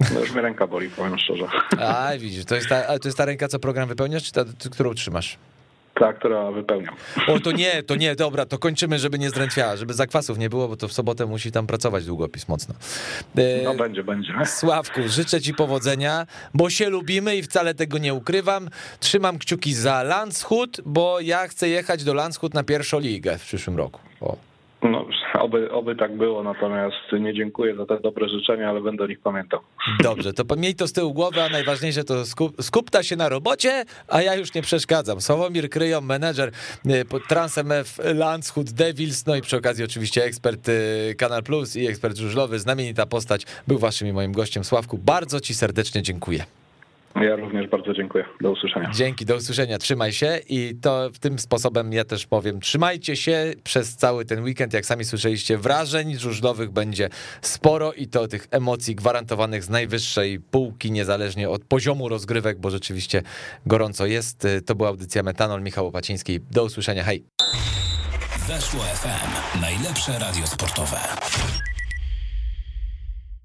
No już mnie ręka boli, powiem szczerze. A, widzisz, to jest ta, to jest ta ręka, co program wypełniasz, czy ta, którą trzymasz? Ta, która wypełniam. O, to nie, to nie, dobra, to kończymy, żeby nie zdrętwiała, żeby zakwasów nie było, bo to w sobotę musi tam pracować długopis mocno. E, No będzie, będzie. Sławku, życzę ci powodzenia, bo się lubimy i wcale tego nie ukrywam. Trzymam kciuki za Landshut, bo ja chcę jechać do Landshut na pierwszą ligę w przyszłym roku. O. No, oby, oby tak było, natomiast nie dziękuję za te dobre życzenia, ale będę o nich pamiętał. Dobrze, to miej to z tyłu głowy, a najważniejsze to skup, skupta się na robocie, a ja już nie przeszkadzam. Sławomir Kryjon, menedżer Trans-M F Landshut Devils, no i przy okazji oczywiście ekspert Kanal Plus i ekspert żużlowy, znamienita postać, był waszym i moim gościem. Sławku, bardzo ci serdecznie dziękuję. Ja również bardzo dziękuję. Do usłyszenia. Dzięki, do usłyszenia. Trzymaj się i to w tym sposobem ja też powiem. Trzymajcie się przez cały ten weekend. Jak sami słyszeliście, wrażeń żużlowych będzie sporo i to tych emocji gwarantowanych z najwyższej półki, niezależnie od poziomu rozgrywek, bo rzeczywiście gorąco jest. To była audycja Metanol, Michał Łopaciński. Do usłyszenia. Hej. Weszło F M. Najlepsze radio sportowe.